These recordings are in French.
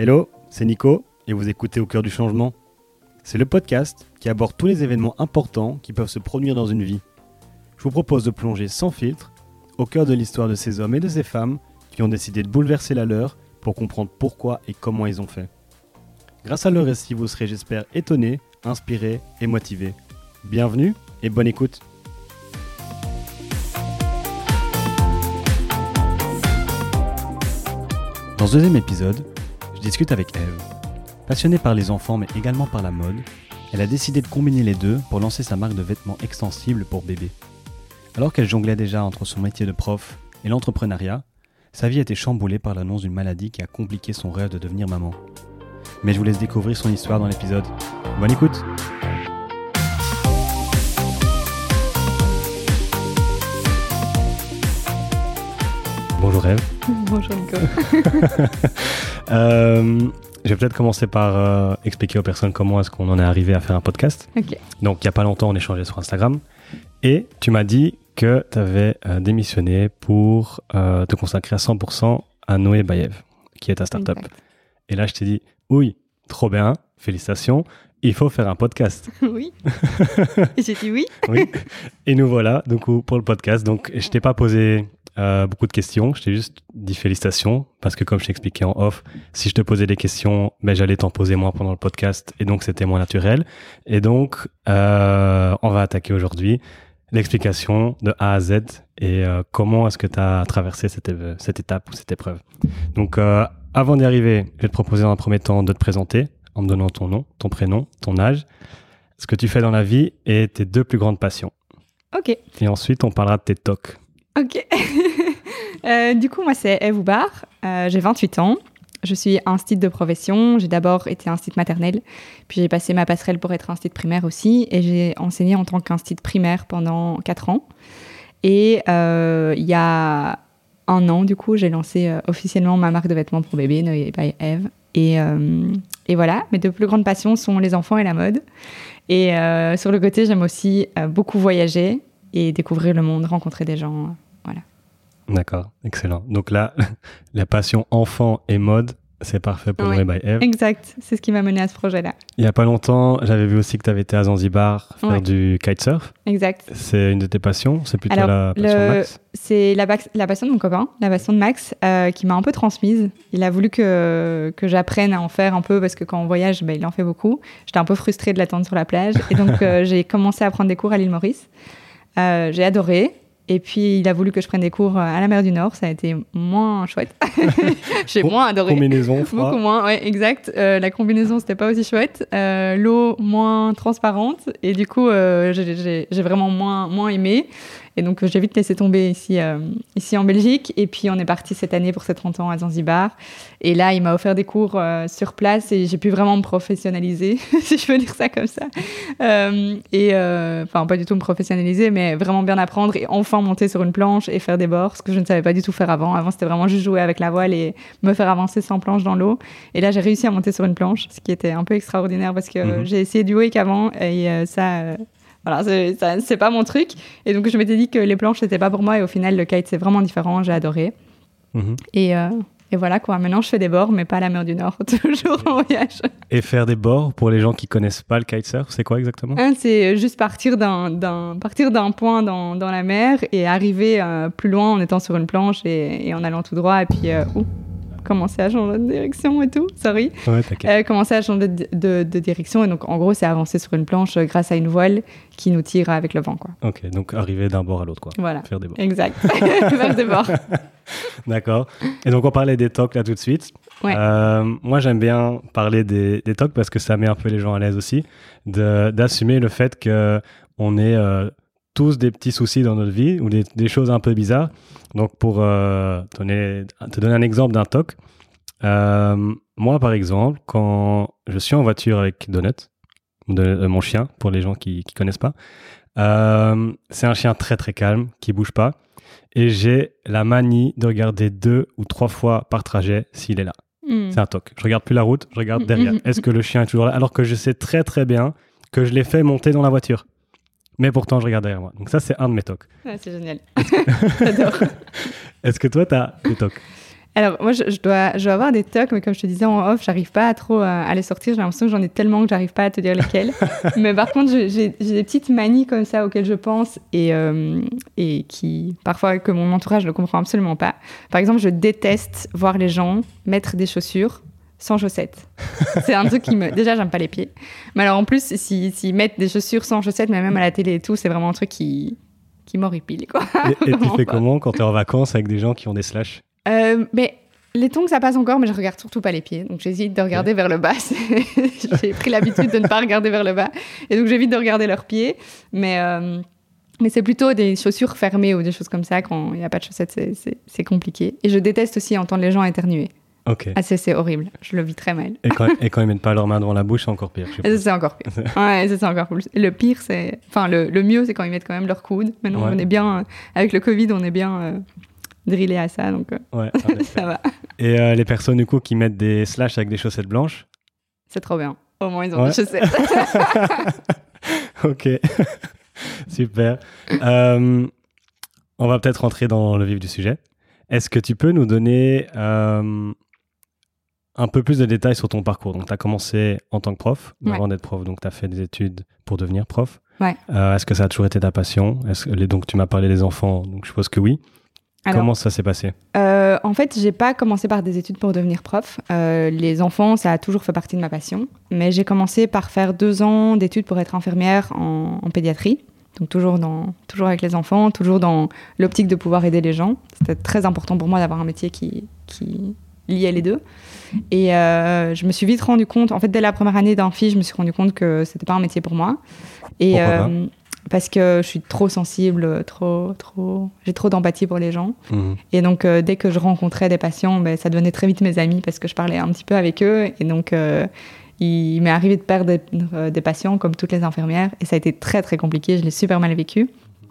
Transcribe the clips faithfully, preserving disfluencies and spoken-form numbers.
Hello, c'est Nico et vous écoutez Au cœur du changement. C'est le podcast qui aborde tous les événements importants qui peuvent se produire dans une vie. Je vous propose de plonger sans filtre au cœur de l'histoire de ces hommes et de ces femmes qui ont décidé de bouleverser la leur pour comprendre pourquoi et comment ils ont fait. Grâce à leur récit, vous serez, j'espère, étonné, inspiré et motivé. Bienvenue et bonne écoute. Dans ce deuxième épisode, je discute avec Eve. Passionnée par les enfants mais également par la mode, elle a décidé de combiner les deux pour lancer sa marque de vêtements extensibles pour bébés. Alors qu'elle jonglait déjà entre son métier de prof et l'entrepreneuriat, sa vie a été chamboulée par l'annonce d'une maladie qui a compliqué son rêve de devenir maman. Mais je vous laisse découvrir son histoire dans l'épisode. Bonne écoute! Bonjour Eve. Bonjour Nico. euh, je vais peut-être commencer par euh, expliquer aux personnes comment est-ce qu'on en est arrivé à faire un podcast. Ok. Donc il n'y a pas longtemps, on échangeait sur Instagram et tu m'as dit que tu avais euh, démissionné pour euh, te consacrer à cent pour cent à Noé by Eve, qui est ta startup. Exact. Et là je t'ai dit, oui, trop bien, félicitations, il faut faire un podcast. Oui. Et j'ai dit oui. Oui. Et nous voilà donc pour le podcast. Donc je t'ai pas posé Euh, beaucoup de questions, je t'ai juste dit félicitations parce que comme je t'ai expliqué en off, si je te posais des questions, ben, j'allais t'en poser moins pendant le podcast et donc c'était moins naturel. Et donc euh, on va attaquer aujourd'hui l'explication de A à Z et euh, comment est-ce que tu as traversé cette, é- cette étape ou cette épreuve. Donc euh, avant d'y arriver, je vais te proposer dans un premier temps de te présenter en me donnant ton nom, ton prénom, ton âge, ce que tu fais dans la vie et tes deux plus grandes passions. Ok. Et ensuite on parlera de tes tocs. Ok. euh, du coup, moi, c'est Eve Houbar. Euh, j'ai vingt-huit ans. Je suis instite de profession. J'ai d'abord été instite maternelle. Puis j'ai passé ma passerelle pour être instite primaire aussi. Et j'ai enseigné en tant qu'instite primaire pendant quatre ans. Et euh, il y a un an, du coup, j'ai lancé euh, officiellement ma marque de vêtements pour bébé, Noé by Eve. Et, euh, et voilà, mes deux plus grandes passions sont les enfants et la mode. Et euh, sur le côté, j'aime aussi euh, beaucoup voyager et découvrir le monde, rencontrer des gens. Voilà. D'accord, excellent. Donc là, la passion enfant et mode, c'est parfait pour Oui. Noé by Eve. Exact, c'est ce qui m'a mené à ce projet-là. Il n'y a pas longtemps, j'avais vu aussi que tu avais été à Zanzibar faire Ouais. du kitesurf. Exact. C'est une de tes passions? C'est plutôt Alors, la passion le- Max? C'est la, bac- la passion de mon copain, la passion de Max, euh, qui m'a un peu transmise. Il a voulu que, que j'apprenne à en faire un peu parce que quand on voyage, bah, il en fait beaucoup. J'étais un peu frustrée de l'attendre sur la plage. Et donc, euh, j'ai commencé à prendre des cours à l'île Maurice. Euh, j'ai adoré. Et puis, il a voulu que je prenne des cours à la mer du Nord. Ça a été moins chouette. J'ai Com- moins adoré. Combinaison, froid. Beaucoup moins, ouais, exact. Euh, la combinaison, c'était pas aussi chouette. Euh, l'eau, moins transparente. Et du coup, euh, j'ai, j'ai, j'ai vraiment moins, moins aimé. Et donc, j'ai vite laissé tomber ici, euh, ici en Belgique. Et puis, on est parti cette année pour ses trente ans à Zanzibar. Et là, il m'a offert des cours euh, sur place et j'ai pu vraiment me professionnaliser, si je peux dire ça comme ça. Euh, et euh, enfin, pas du tout me professionnaliser, mais vraiment bien apprendre et enfin monter sur une planche et faire des bords, ce que je ne savais pas du tout faire avant. Avant, c'était vraiment juste jouer avec la voile et me faire avancer sans planche dans l'eau. Et là, j'ai réussi à monter sur une planche, ce qui était un peu extraordinaire parce que Mhm. euh, j'ai essayé du wake avant et euh, ça... euh, Voilà, c'est, ça, c'est pas mon truc. Et donc, je m'étais dit que les planches, c'était pas pour moi. Et au final, le kite, c'est vraiment différent. J'ai adoré. Mhm. Et, euh, et voilà, quoi. Maintenant, je fais des bords, mais pas à la mer du Nord. Toujours en voyage. Et faire des bords, pour les gens qui connaissent pas le kitesurf, c'est quoi exactement? Un, c'est juste partir d'un, d'un, partir d'un point dans, dans la mer et arriver euh, plus loin en étant sur une planche et, et en allant tout droit. Et puis, euh, ouh, commencer à changer de direction et tout. Sorry. Ouais, t'inquiète. Euh, commencer à changer de, de, de direction. Et donc, en gros, c'est avancer sur une planche euh, grâce à une voile qui nous tire avec le vent, quoi. Ok, donc arriver d'un bord à l'autre, quoi. Voilà. Faire des bords. Exact. Vers des bords. D'accord. Et donc, on parlait des tocs là tout de suite. Ouais. Euh, moi, j'aime bien parler des, des tocs parce que ça met un peu les gens à l'aise aussi, de, d'assumer le fait qu'on ait euh, tous des petits soucis dans notre vie ou des, des choses un peu bizarres. Donc, pour euh, donner, te donner un exemple d'un toc, euh, moi, par exemple, quand je suis en voiture avec Donut, de, euh, mon chien, pour les gens qui ne connaissent pas, euh, c'est un chien très très calme, qui bouge pas. Et j'ai la manie de regarder deux ou trois fois par trajet s'il est là. Mm. C'est un toc. Je regarde plus la route, je regarde derrière. Est-ce que le chien est toujours là? Alors que je sais très très bien que je l'ai fait monter dans la voiture. Mais pourtant, je regarde derrière moi. Donc ça, c'est un de mes tocs. Ah, c'est génial. J'adore. Est-ce que toi, tu as des tocs? Alors, moi, je, je, dois, je dois avoir des tocs, mais comme je te disais en off, j'arrive pas à trop à, à les sortir. J'ai l'impression que j'en ai tellement que j'arrive pas à te dire lesquels. Mais par contre, j'ai, j'ai des petites manies comme ça auxquelles je pense et, euh, et qui, parfois, que mon entourage ne comprend absolument pas. Par exemple, je déteste voir les gens mettre des chaussures sans chaussettes. C'est un truc qui me... Déjà, j'aime pas les pieds. Mais alors, en plus, s'ils si, si mettent des chaussures sans chaussettes, mais même à la télé et tout, c'est vraiment un truc qui, qui m'horripile, quoi. Et, et tu fais comment quand t'es en vacances avec des gens qui ont des slashs? Euh, mais les tongs, ça passe encore, mais je regarde surtout pas les pieds. Donc, j'hésite de regarder ouais. vers le bas. J'ai pris l'habitude de ne pas regarder vers le bas. Et donc, j'évite de regarder leurs pieds. Mais, euh, mais c'est plutôt des chaussures fermées ou des choses comme ça. Quand il n'y a pas de chaussettes, c'est, c'est, c'est compliqué. Et je déteste aussi entendre les gens éternuer. Ok. Ah, c'est, c'est horrible. Je le vis très mal. Et quand, et quand ils mettent pas leurs mains devant la bouche, c'est encore pire. Ça, c'est encore pire. Ouais, ça, c'est encore plus. Le pire, c'est... Enfin, le, le mieux, c'est quand ils mettent quand même leurs coudes. Maintenant, ouais. on est bien... Avec le Covid, on est bien... Euh... drillé à ça, donc euh, ouais, ça va. Et euh, les personnes du coup qui mettent des slashs avec des chaussettes blanches? C'est trop bien. Au moins, ils ont ouais. des chaussettes. Ok, super. Euh, on va peut-être rentrer dans le vif du sujet. Est-ce que tu peux nous donner euh, un peu plus de détails sur ton parcours? Donc, tu as commencé en tant que prof, ouais. avant d'être prof, donc tu as fait des études pour devenir prof. Ouais. Euh, est-ce que ça a toujours été ta passion? Est-ce que, donc, tu m'as parlé des enfants, donc je suppose que oui. Alors, comment ça s'est passé? euh, En fait, j'ai pas commencé par des études pour devenir prof. Euh, les enfants, ça a toujours fait partie de ma passion. Mais j'ai commencé par faire deux ans d'études pour être infirmière en, en pédiatrie. Donc toujours, dans, toujours avec les enfants, toujours dans l'optique de pouvoir aider les gens. C'était très important pour moi d'avoir un métier qui, qui liait les deux. Et euh, je me suis vite rendu compte, en fait, dès la première année d'amphi, je me suis rendu compte que c'était pas un métier pour moi. Et, Pourquoi pas euh, parce que je suis trop sensible, trop, trop, j'ai trop d'empathie pour les gens. Mmh. Et donc, euh, dès que je rencontrais des patients, ben, ça devenait très vite mes amis parce que je parlais un petit peu avec eux. Et donc, euh, il m'est arrivé de perdre des, euh, des patients comme toutes les infirmières. Et ça a été très, très compliqué. Je l'ai super mal vécu.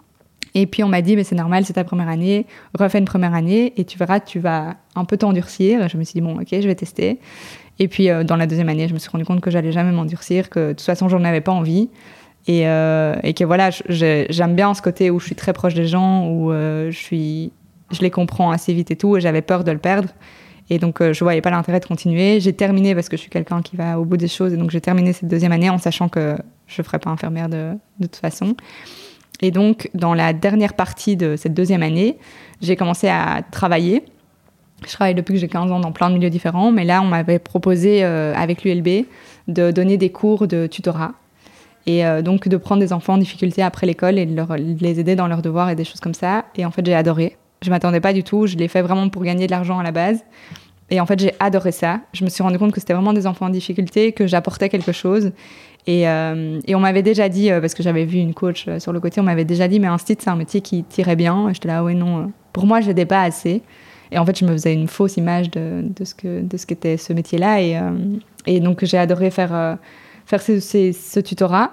Et puis, on m'a dit, mais c'est normal, c'est ta première année. Refais une première année et tu verras, tu vas un peu t'endurcir. Je me suis dit, bon, OK, je vais tester. Et puis, euh, dans la deuxième année, je me suis rendu compte que j'allais jamais m'endurcir, que de toute façon, j'en avais pas envie. Et, euh, et que voilà, je, j'aime bien ce côté où je suis très proche des gens, où euh, je, suis, je les comprends assez vite et tout, et j'avais peur de le perdre. Et donc, euh, je voyais pas l'intérêt de continuer. J'ai terminé parce que je suis quelqu'un qui va au bout des choses, et donc j'ai terminé cette deuxième année en sachant que je ferais pas infirmière de, de toute façon. Et donc, dans la dernière partie de cette deuxième année, j'ai commencé à travailler. Je travaille depuis que j'ai quinze ans dans plein de milieux différents, mais là, on m'avait proposé, euh, avec l'U L B, de donner des cours de tutorat. Et euh, donc, de prendre des enfants en difficulté après l'école et de, leur, de les aider dans leurs devoirs et des choses comme ça. Et en fait, j'ai adoré. Je ne m'attendais pas du tout. Je l'ai fait vraiment pour gagner de l'argent à la base. Et en fait, j'ai adoré ça. Je me suis rendu compte que c'était vraiment des enfants en difficulté, que j'apportais quelque chose. Et, euh, et on m'avait déjà dit, euh, parce que j'avais vu une coach euh, sur le côté, on m'avait déjà dit, mais un stit, c'est un métier qui tirait bien. Et j'étais là, ouais, non. Euh, pour moi, je n'aidais pas assez. Et en fait, je me faisais une fausse image de, de, ce, que, de ce qu'était ce métier-là. Et, euh, et donc, j'ai adoré faire... Euh, faire ce, ce, ce tutorat.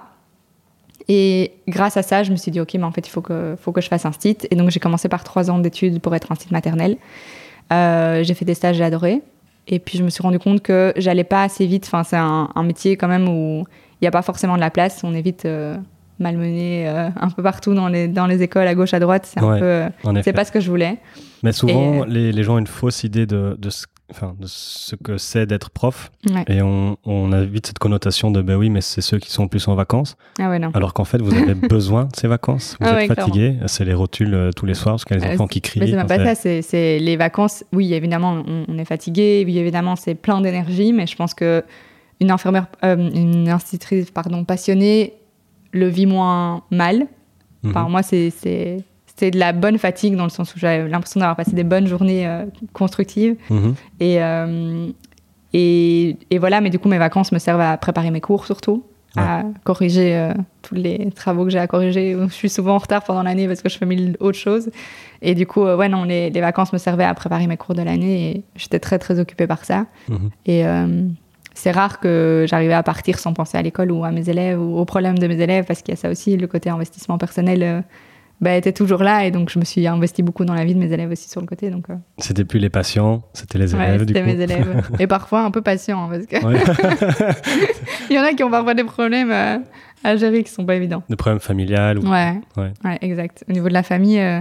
Et grâce à ça, je me suis dit, OK, mais en fait, il faut que, faut que je fasse un stit. Et donc, j'ai commencé par trois ans d'études pour être un stit maternel. Euh, j'ai fait des stages, j'ai adoré. Et puis, je me suis rendu compte que j'allais pas assez vite. Enfin, c'est un, un métier quand même où il n'y a pas forcément de la place. On est vite euh, malmené euh, un peu partout dans les, dans les écoles, à gauche, à droite. C'est, un ouais, peu, c'est pas ce que je voulais. Mais souvent, Et, les, les gens ont une fausse idée de, de ce Enfin, de ce que c'est d'être prof. Ouais. Et on, on a vite cette connotation de ben oui, mais c'est ceux qui sont plus en vacances. Ah ouais, non. Alors qu'en fait, vous avez besoin de ces vacances. Vous ah êtes ouais, fatigué. Clairement. C'est les rotules euh, tous les soirs parce qu'il y a les enfants euh, qui crient. Mais c'est même pas ça. C'est, c'est les vacances. Oui, évidemment, on, on est fatigué. Oui, évidemment, c'est plein d'énergie. Mais je pense que une infirmière, euh, une institutrice, pardon, passionnée le vit moins mal. Mm-hmm. Enfin, moi, c'est, c'est c'est de la bonne fatigue dans le sens où j'avais l'impression d'avoir passé des bonnes journées euh, constructives. Mmh. Et, euh, et, et voilà, mais du coup, mes vacances me servent à préparer mes cours surtout, ouais. à corriger euh, tous les travaux que j'ai à corriger. Je suis souvent en retard pendant l'année parce que je fais mille autres choses. Et du coup, euh, ouais, non, les, les vacances me servaient à préparer mes cours de l'année et j'étais très, très occupée par ça. Mmh. Et euh, c'est rare que j'arrivais à partir sans penser à l'école ou à mes élèves ou aux problèmes de mes élèves parce qu'il y a ça aussi, le côté investissement personnel. Euh, Bah, était toujours là et donc je me suis investi beaucoup dans la vie de mes élèves aussi sur le côté. Donc, euh... C'était plus les patients, c'était les élèves ouais, du coup. C'était mes élèves. Et parfois un peu patients parce que ouais. Il y en a qui ont parfois des problèmes à, à gérer qui sont pas évidents. Des problèmes familiales ou... ouais. Ouais. ouais, exact. Au niveau de la famille, euh,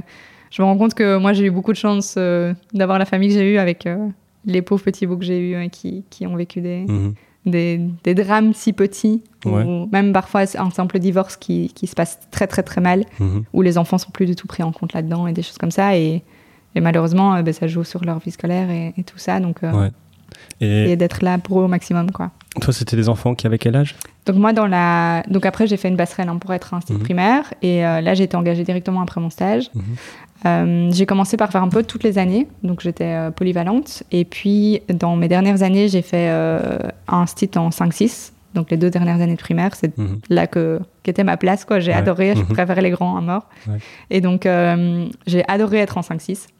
je me rends compte que moi, j'ai eu beaucoup de chance euh, d'avoir la famille que j'ai eue avec euh, les pauvres petits bouts que j'ai eus euh, qui, qui ont vécu des, mmh. des, des drames si petits, ouais. ou même parfois un simple divorce qui, qui se passe très, très, très mal, mmh. où les enfants sont plus du tout pris en compte là-dedans et des choses comme ça. Et, et malheureusement, euh, ben, ça joue sur leur vie scolaire et, et tout ça. Donc, euh, ouais. et... et d'être là pour eux au maximum, quoi. Toi, c'était des enfants qui avaient quel âge ? Donc moi, dans la... Donc après, j'ai fait une passerelle hein, pour être institut mmh. primaire. Et euh, là, j'ai été engagée directement après mon stage. Mmh. Euh, j'ai commencé par faire un peu toutes les années. Donc j'étais euh, polyvalente. Et puis, dans mes dernières années, j'ai fait euh, un stit en cinq six. Donc les deux dernières années de primaire, c'est mmh. là que, qu'était ma place, quoi. J'ai ouais. adoré, je mmh. préfère les grands à mort. Ouais. Et donc, euh, j'ai adoré être en cinq six.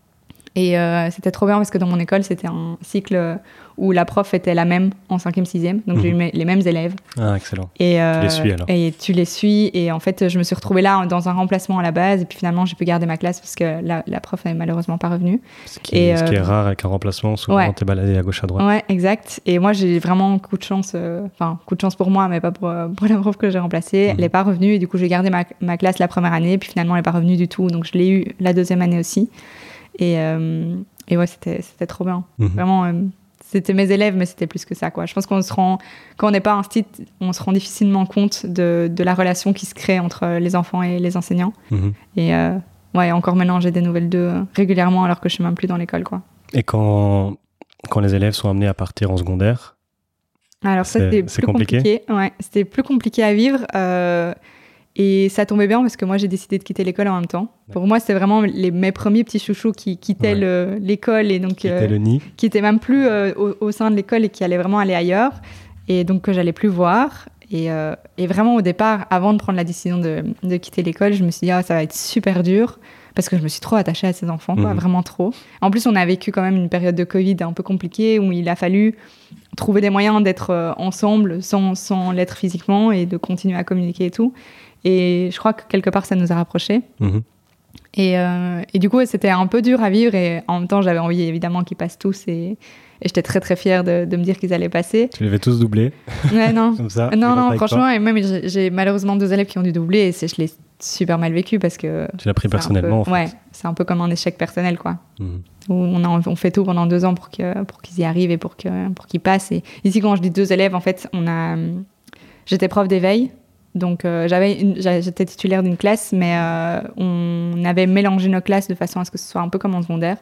Et euh, c'était trop bien parce que dans mon école, c'était un cycle où la prof était la même en cinquième, sixième. Donc, mmh. j'ai eu mes, les mêmes élèves. Ah, excellent. Et, euh, tu les suis alors. Et tu les suis. Et en fait, je me suis retrouvée là dans un remplacement à la base. Et puis finalement, j'ai pu garder ma classe parce que la, la prof n'est malheureusement pas revenue. Ce qui, et, ce euh, qui est rare avec un remplacement, souvent ouais. t'es baladé à gauche à droite. Ouais, exact. Et moi, j'ai vraiment coup de chance. Enfin, euh, coup de chance pour moi, mais pas pour, pour la prof que j'ai remplacée. Mmh. Elle n'est pas revenue. Et du coup, j'ai gardé ma, ma classe la première année. Puis finalement, elle n'est pas revenue du tout. Donc, je l'ai eu la deuxième année aussi. Et... Euh, Et ouais, c'était, c'était trop bien. Mmh. Vraiment, euh, c'était mes élèves, mais c'était plus que ça, quoi. Je pense qu'on se rend, quand on n'est pas un stit, on se rend difficilement compte de, de la relation qui se crée entre les enfants et les enseignants. Mmh. Et euh, ouais, encore maintenant, j'ai des nouvelles d'eux régulièrement, alors que je suis même plus dans l'école, quoi. Et quand, quand les élèves sont amenés à partir en secondaire, alors ça, c'est, c'était c'est plus compliqué. compliqué. Ouais, c'était plus compliqué à vivre. Euh, Et ça tombait bien parce que moi, j'ai décidé de quitter l'école en même temps. Ouais. Pour moi, c'était vraiment les, mes premiers petits chouchous qui quittaient ouais. le, l'école et donc qui étaient euh, le nid, qui étaient même plus euh, au, au sein de l'école et qui allaient vraiment aller ailleurs et donc que j'allais plus voir. Et, euh, et vraiment au départ, avant de prendre la décision de, de quitter l'école, je me suis dit ah, ça va être super dur parce que je me suis trop attachée à ces enfants, quoi, mmh. vraiment trop. En plus, on a vécu quand même une période de Covid un peu compliquée où il a fallu trouver des moyens d'être euh, ensemble sans, sans l'être physiquement et de continuer à communiquer et tout. Et je crois que quelque part, ça nous a rapprochés. Mmh. Et, euh, et du coup, c'était un peu dur à vivre. Et en même temps, j'avais envie, évidemment, qu'ils passent tous. Et, et j'étais très, très fière de, de me dire qu'ils allaient passer. Tu les avais tous doublés ? Ouais, non. Comme ça, non, non, franchement. Et même, j'ai, j'ai malheureusement deux élèves qui ont dû doubler. Et c'est, je l'ai super mal vécu parce que... Tu l'as pris personnellement, peu, en fait. Ouais, c'est un peu comme un échec personnel, quoi. Mmh. Où on, a, on fait tout pendant deux ans pour, que, pour qu'ils y arrivent et pour, que, pour qu'ils passent. Et ici, quand je dis deux élèves, en fait, on a... J'étais prof d'éveil. Donc, euh, j'avais une, j'étais titulaire d'une classe, mais euh, on avait mélangé nos classes de façon à ce que ce soit un peu comme en secondaire.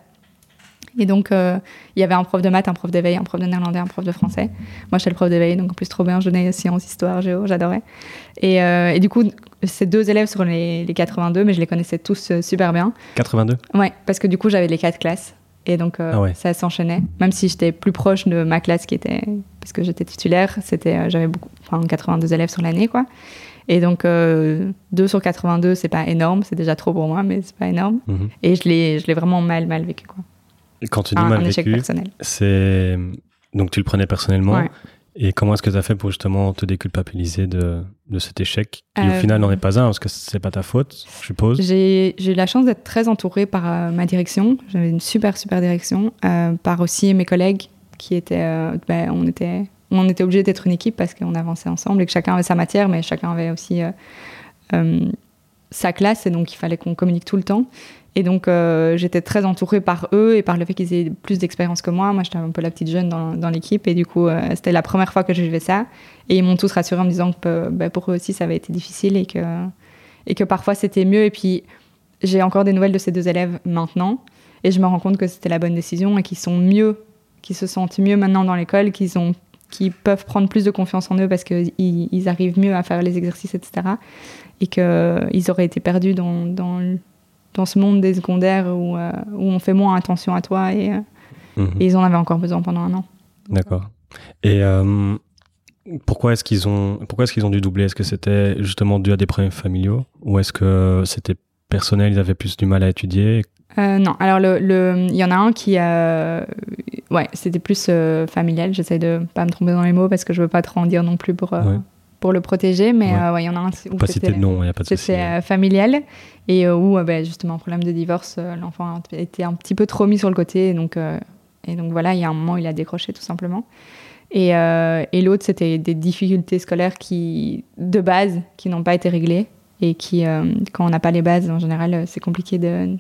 Et donc, euh, il y avait un prof de maths, un prof d'éveil, un prof de néerlandais, un prof de français. Moi, j'étais le prof d'éveil, donc en plus, trop bien. Je donnais sciences, histoire, géo, j'adorais. Et, euh, et du coup, c'est deux élèves sur les, les quatre-vingt-deux, mais je les connaissais tous euh, super bien. quatre-vingt-deux ? Ouais, parce que du coup, j'avais les quatre classes. Et donc, euh, ah ouais. ça s'enchaînait. Même si j'étais plus proche de ma classe qui était... Parce que j'étais titulaire, c'était, euh, j'avais beaucoup, enfin, quatre-vingt-deux élèves sur l'année, quoi. Et donc, euh, deux sur quatre-vingt-deux, c'est pas énorme. C'est déjà trop pour moi, mais c'est pas énorme. Mmh. Et je l'ai, je l'ai vraiment mal, mal vécu, quoi. Et quand tu dis un, mal un échec vécu, personnel. C'est... Donc, tu le prenais personnellement. Ouais. Et comment est-ce que tu as fait pour justement te déculpabiliser de, de cet échec qui, euh, au final, n'en est pas un, parce que c'est pas ta faute, je suppose. J'ai, j'ai eu la chance d'être très entourée par euh, ma direction. J'avais une super, super direction. Euh, par aussi mes collègues qui étaient... Euh, ben, on était... On était obligé d'être une équipe parce qu'on avançait ensemble et que chacun avait sa matière, mais chacun avait aussi euh, euh, sa classe et donc il fallait qu'on communique tout le temps. Et donc euh, j'étais très entourée par eux et par le fait qu'ils aient plus d'expérience que moi. Moi, j'étais un peu la petite jeune dans, dans l'équipe et du coup, euh, c'était la première fois que je vivais ça. Et ils m'ont tous rassurée en me disant que bah, pour eux aussi, ça avait été difficile et que, et que parfois c'était mieux. Et puis, j'ai encore des nouvelles de ces deux élèves maintenant et je me rends compte que c'était la bonne décision et qu'ils sont mieux, qu'ils se sentent mieux maintenant dans l'école, qu'ils ont qui peuvent prendre plus de confiance en eux parce qu'ils ils arrivent mieux à faire les exercices, et cetera. Et qu'ils auraient été perdus dans, dans, dans ce monde des secondaires où, euh, où on fait moins attention à toi et, mmh. et ils en avaient encore besoin pendant un an. D'accord. Et euh, pourquoi, est-ce qu'ils ont, pourquoi est-ce qu'ils ont dû doubler ? Est-ce que c'était justement dû à des problèmes familiaux ou est-ce que c'était personnel, ils avaient plus du mal à étudier ? Euh, non, alors il le, il y en a un qui a... Ouais, c'était plus euh, familial. J'essaie de pas me tromper dans les mots parce que je veux pas trop en dire non plus pour, euh, ouais. pour le protéger. Mais il ouais. euh, ouais, y en a un où pas citer de nom, il n'y a pas de souci. C'était euh, familial et euh, où, euh, bah, justement, problème de divorce, euh, l'enfant était un petit peu trop mis sur le côté. Et donc, euh, et donc voilà, il y a un moment où il a décroché tout simplement. Et, euh, et l'autre, c'était des difficultés scolaires qui, de base qui n'ont pas été réglées et qui, euh, quand on n'a pas les bases, en général, c'est compliqué de...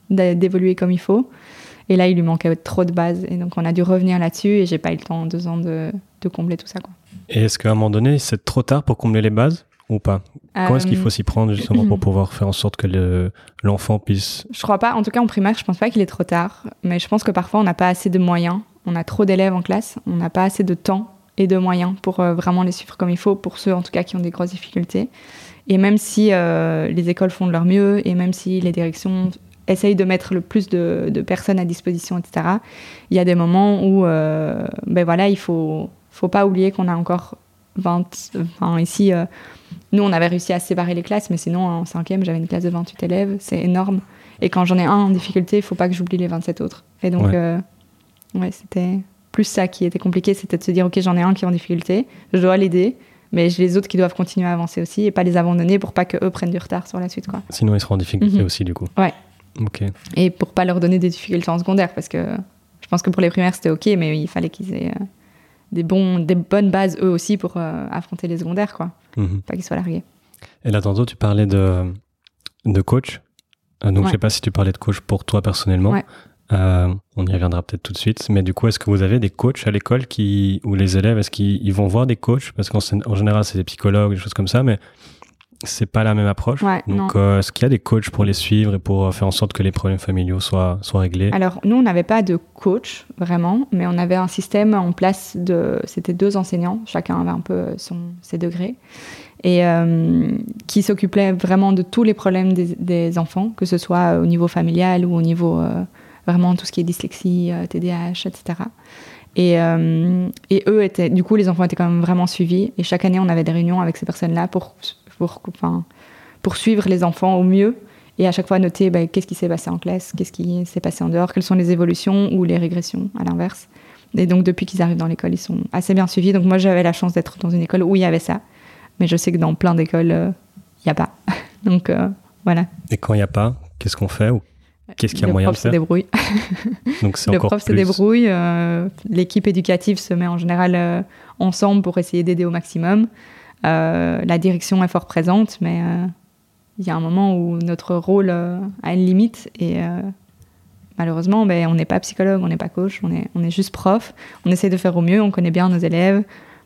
d'évoluer comme il faut. Et là, il lui manquait trop de bases. Et donc, on a dû revenir là-dessus et j'ai pas eu le temps en deux ans de, de combler tout ça, quoi. Et est-ce qu'à un moment donné, c'est trop tard pour combler les bases ou pas ? Comment est-ce qu'il faut s'y prendre justement pour pouvoir faire en sorte que le, l'enfant puisse... Je crois pas. En tout cas, en primaire, je pense pas qu'il est trop tard. Mais je pense que parfois, on n'a pas assez de moyens. On a trop d'élèves en classe. On n'a pas assez de temps et de moyens pour euh, vraiment les suivre comme il faut, pour ceux, en tout cas, qui ont des grosses difficultés. Et même si euh, les écoles font de leur mieux et même si les directions essayent de mettre le plus de, de personnes à disposition, et cetera, il y a des moments où euh, ben voilà, il faut, faut pas oublier qu'on a encore vingt... Enfin, ici... Euh, Nous, on avait réussi à séparer les classes, mais sinon, en cinquième, j'avais une classe de vingt-huit élèves. C'est énorme. Et quand j'en ai un en difficulté, il ne faut pas que j'oublie les vingt-sept autres. Et donc, ouais. Euh, ouais, c'était plus ça qui était compliqué. C'était de se dire, OK, j'en ai un qui est en difficulté, je dois l'aider, mais j'ai les autres qui doivent continuer à avancer aussi et pas les abandonner pour pas qu'eux prennent du retard sur la suite, quoi. Sinon, ils seront en difficulté mm-hmm. aussi, du coup. Ouais. OK. Et pour pas leur donner des difficultés en secondaire, parce que je pense que pour les primaires, c'était OK, mais il fallait qu'ils aient... Euh, Des, bons, des bonnes bases eux aussi pour euh, affronter les secondaires, quoi. Mmh. Pas qu'ils soient largués. Et là, tantôt, tu parlais de, de coach. Euh, donc, ouais. Je sais pas si tu parlais de coach pour toi personnellement. Ouais. Euh, on y reviendra peut-être tout de suite. Mais du coup, est-ce que vous avez des coachs à l'école qui, ou les élèves, est-ce qu'ils ils vont voir des coachs ? Parce qu'en en général, c'est des psychologues, des choses comme ça, mais c'est pas la même approche. Ouais, donc, euh, est-ce qu'il y a des coachs pour les suivre et pour faire en sorte que les problèmes familiaux soient, soient réglés ? Alors, nous, on n'avait pas de coach, vraiment, mais on avait un système en place de... C'était deux enseignants, chacun avait un peu son, ses degrés, et euh, qui s'occupaient vraiment de tous les problèmes des, des enfants, que ce soit au niveau familial ou au niveau euh, vraiment tout ce qui est dyslexie, euh, T D A H, et cetera. Et, euh, et eux étaient... Du coup, les enfants étaient quand même vraiment suivis, et chaque année, on avait des réunions avec ces personnes-là pour... Pour, enfin, pour suivre les enfants au mieux et à chaque fois noter bah, qu'est-ce qui s'est passé en classe, qu'est-ce qui s'est passé en dehors, quelles sont les évolutions ou les régressions à l'inverse. Et donc depuis qu'ils arrivent dans l'école, ils sont assez bien suivis. Donc moi j'avais la chance d'être dans une école où il y avait ça, mais je sais que dans plein d'écoles, il euh, n'y a pas. Donc euh, voilà. Et quand il n'y a pas, qu'est-ce qu'on fait ou qu'est-ce qu'il y a le moyen de faire ? Le prof se débrouille. Donc c'est le encore prof plus... se débrouille. Euh, l'équipe éducative se met en général euh, ensemble pour essayer d'aider au maximum. Euh, la direction est fort présente, mais il euh, y a un moment où notre rôle euh, a une limite et euh, malheureusement, ben, on n'est pas psychologue, on n'est pas coach, on est, on est juste prof. On essaie de faire au mieux, on connaît bien nos élèves.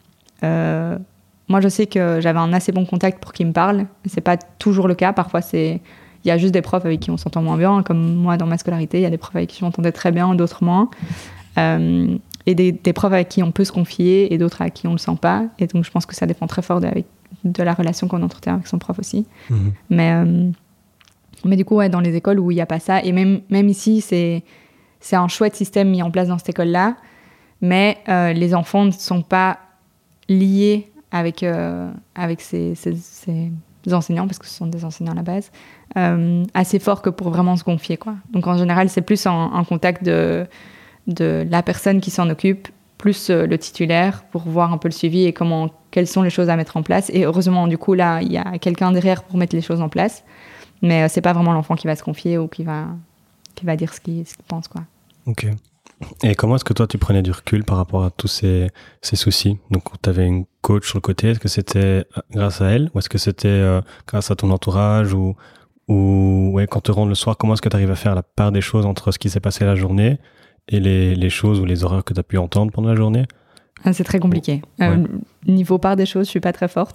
Euh, moi, je sais que j'avais un assez bon contact pour qu'ils me parlent. C'est pas toujours le cas. Parfois, c'est il y a juste des profs avec qui on s'entend moins bien, comme moi dans ma scolarité. Il y a des profs avec qui je m'entendais très bien, d'autres moins. Euh, et des, des profs avec qui on peut se confier et d'autres avec qui on ne le sent pas. Et donc, je pense que ça dépend très fort de, avec, de la relation qu'on entretient avec son prof aussi. Mmh. Mais, euh, mais du coup, ouais, dans les écoles où il n'y a pas ça, et même, même ici, c'est, c'est un chouette système mis en place dans cette école-là, mais euh, les enfants ne sont pas liés avec, euh, avec ces, ces, ces enseignants, parce que ce sont des enseignants à la base, euh, assez fort que pour vraiment se confier, quoi. Donc, en général, c'est plus un, un contact de... de la personne qui s'en occupe, plus euh, le titulaire, pour voir un peu le suivi et comment, quelles sont les choses à mettre en place. Et heureusement, du coup, là, il y a quelqu'un derrière pour mettre les choses en place. Mais euh, c'est pas vraiment l'enfant qui va se confier ou qui va, qui va dire ce qu'il, ce qu'il pense, quoi. Ok. Et comment est-ce que toi, tu prenais du recul par rapport à tous ces, ces soucis ? Donc, tu avais une coach sur le côté. Est-ce que c'était grâce à elle ou est-ce que c'était euh, grâce à ton entourage ou, ou ouais, quand tu rentres le soir, comment est-ce que tu arrives à faire la part des choses entre ce qui s'est passé la journée et les, les choses ou les horreurs que tu as pu entendre pendant la journée ? Ah, c'est très compliqué. Ouais. Euh, niveau part des choses, je suis pas très forte.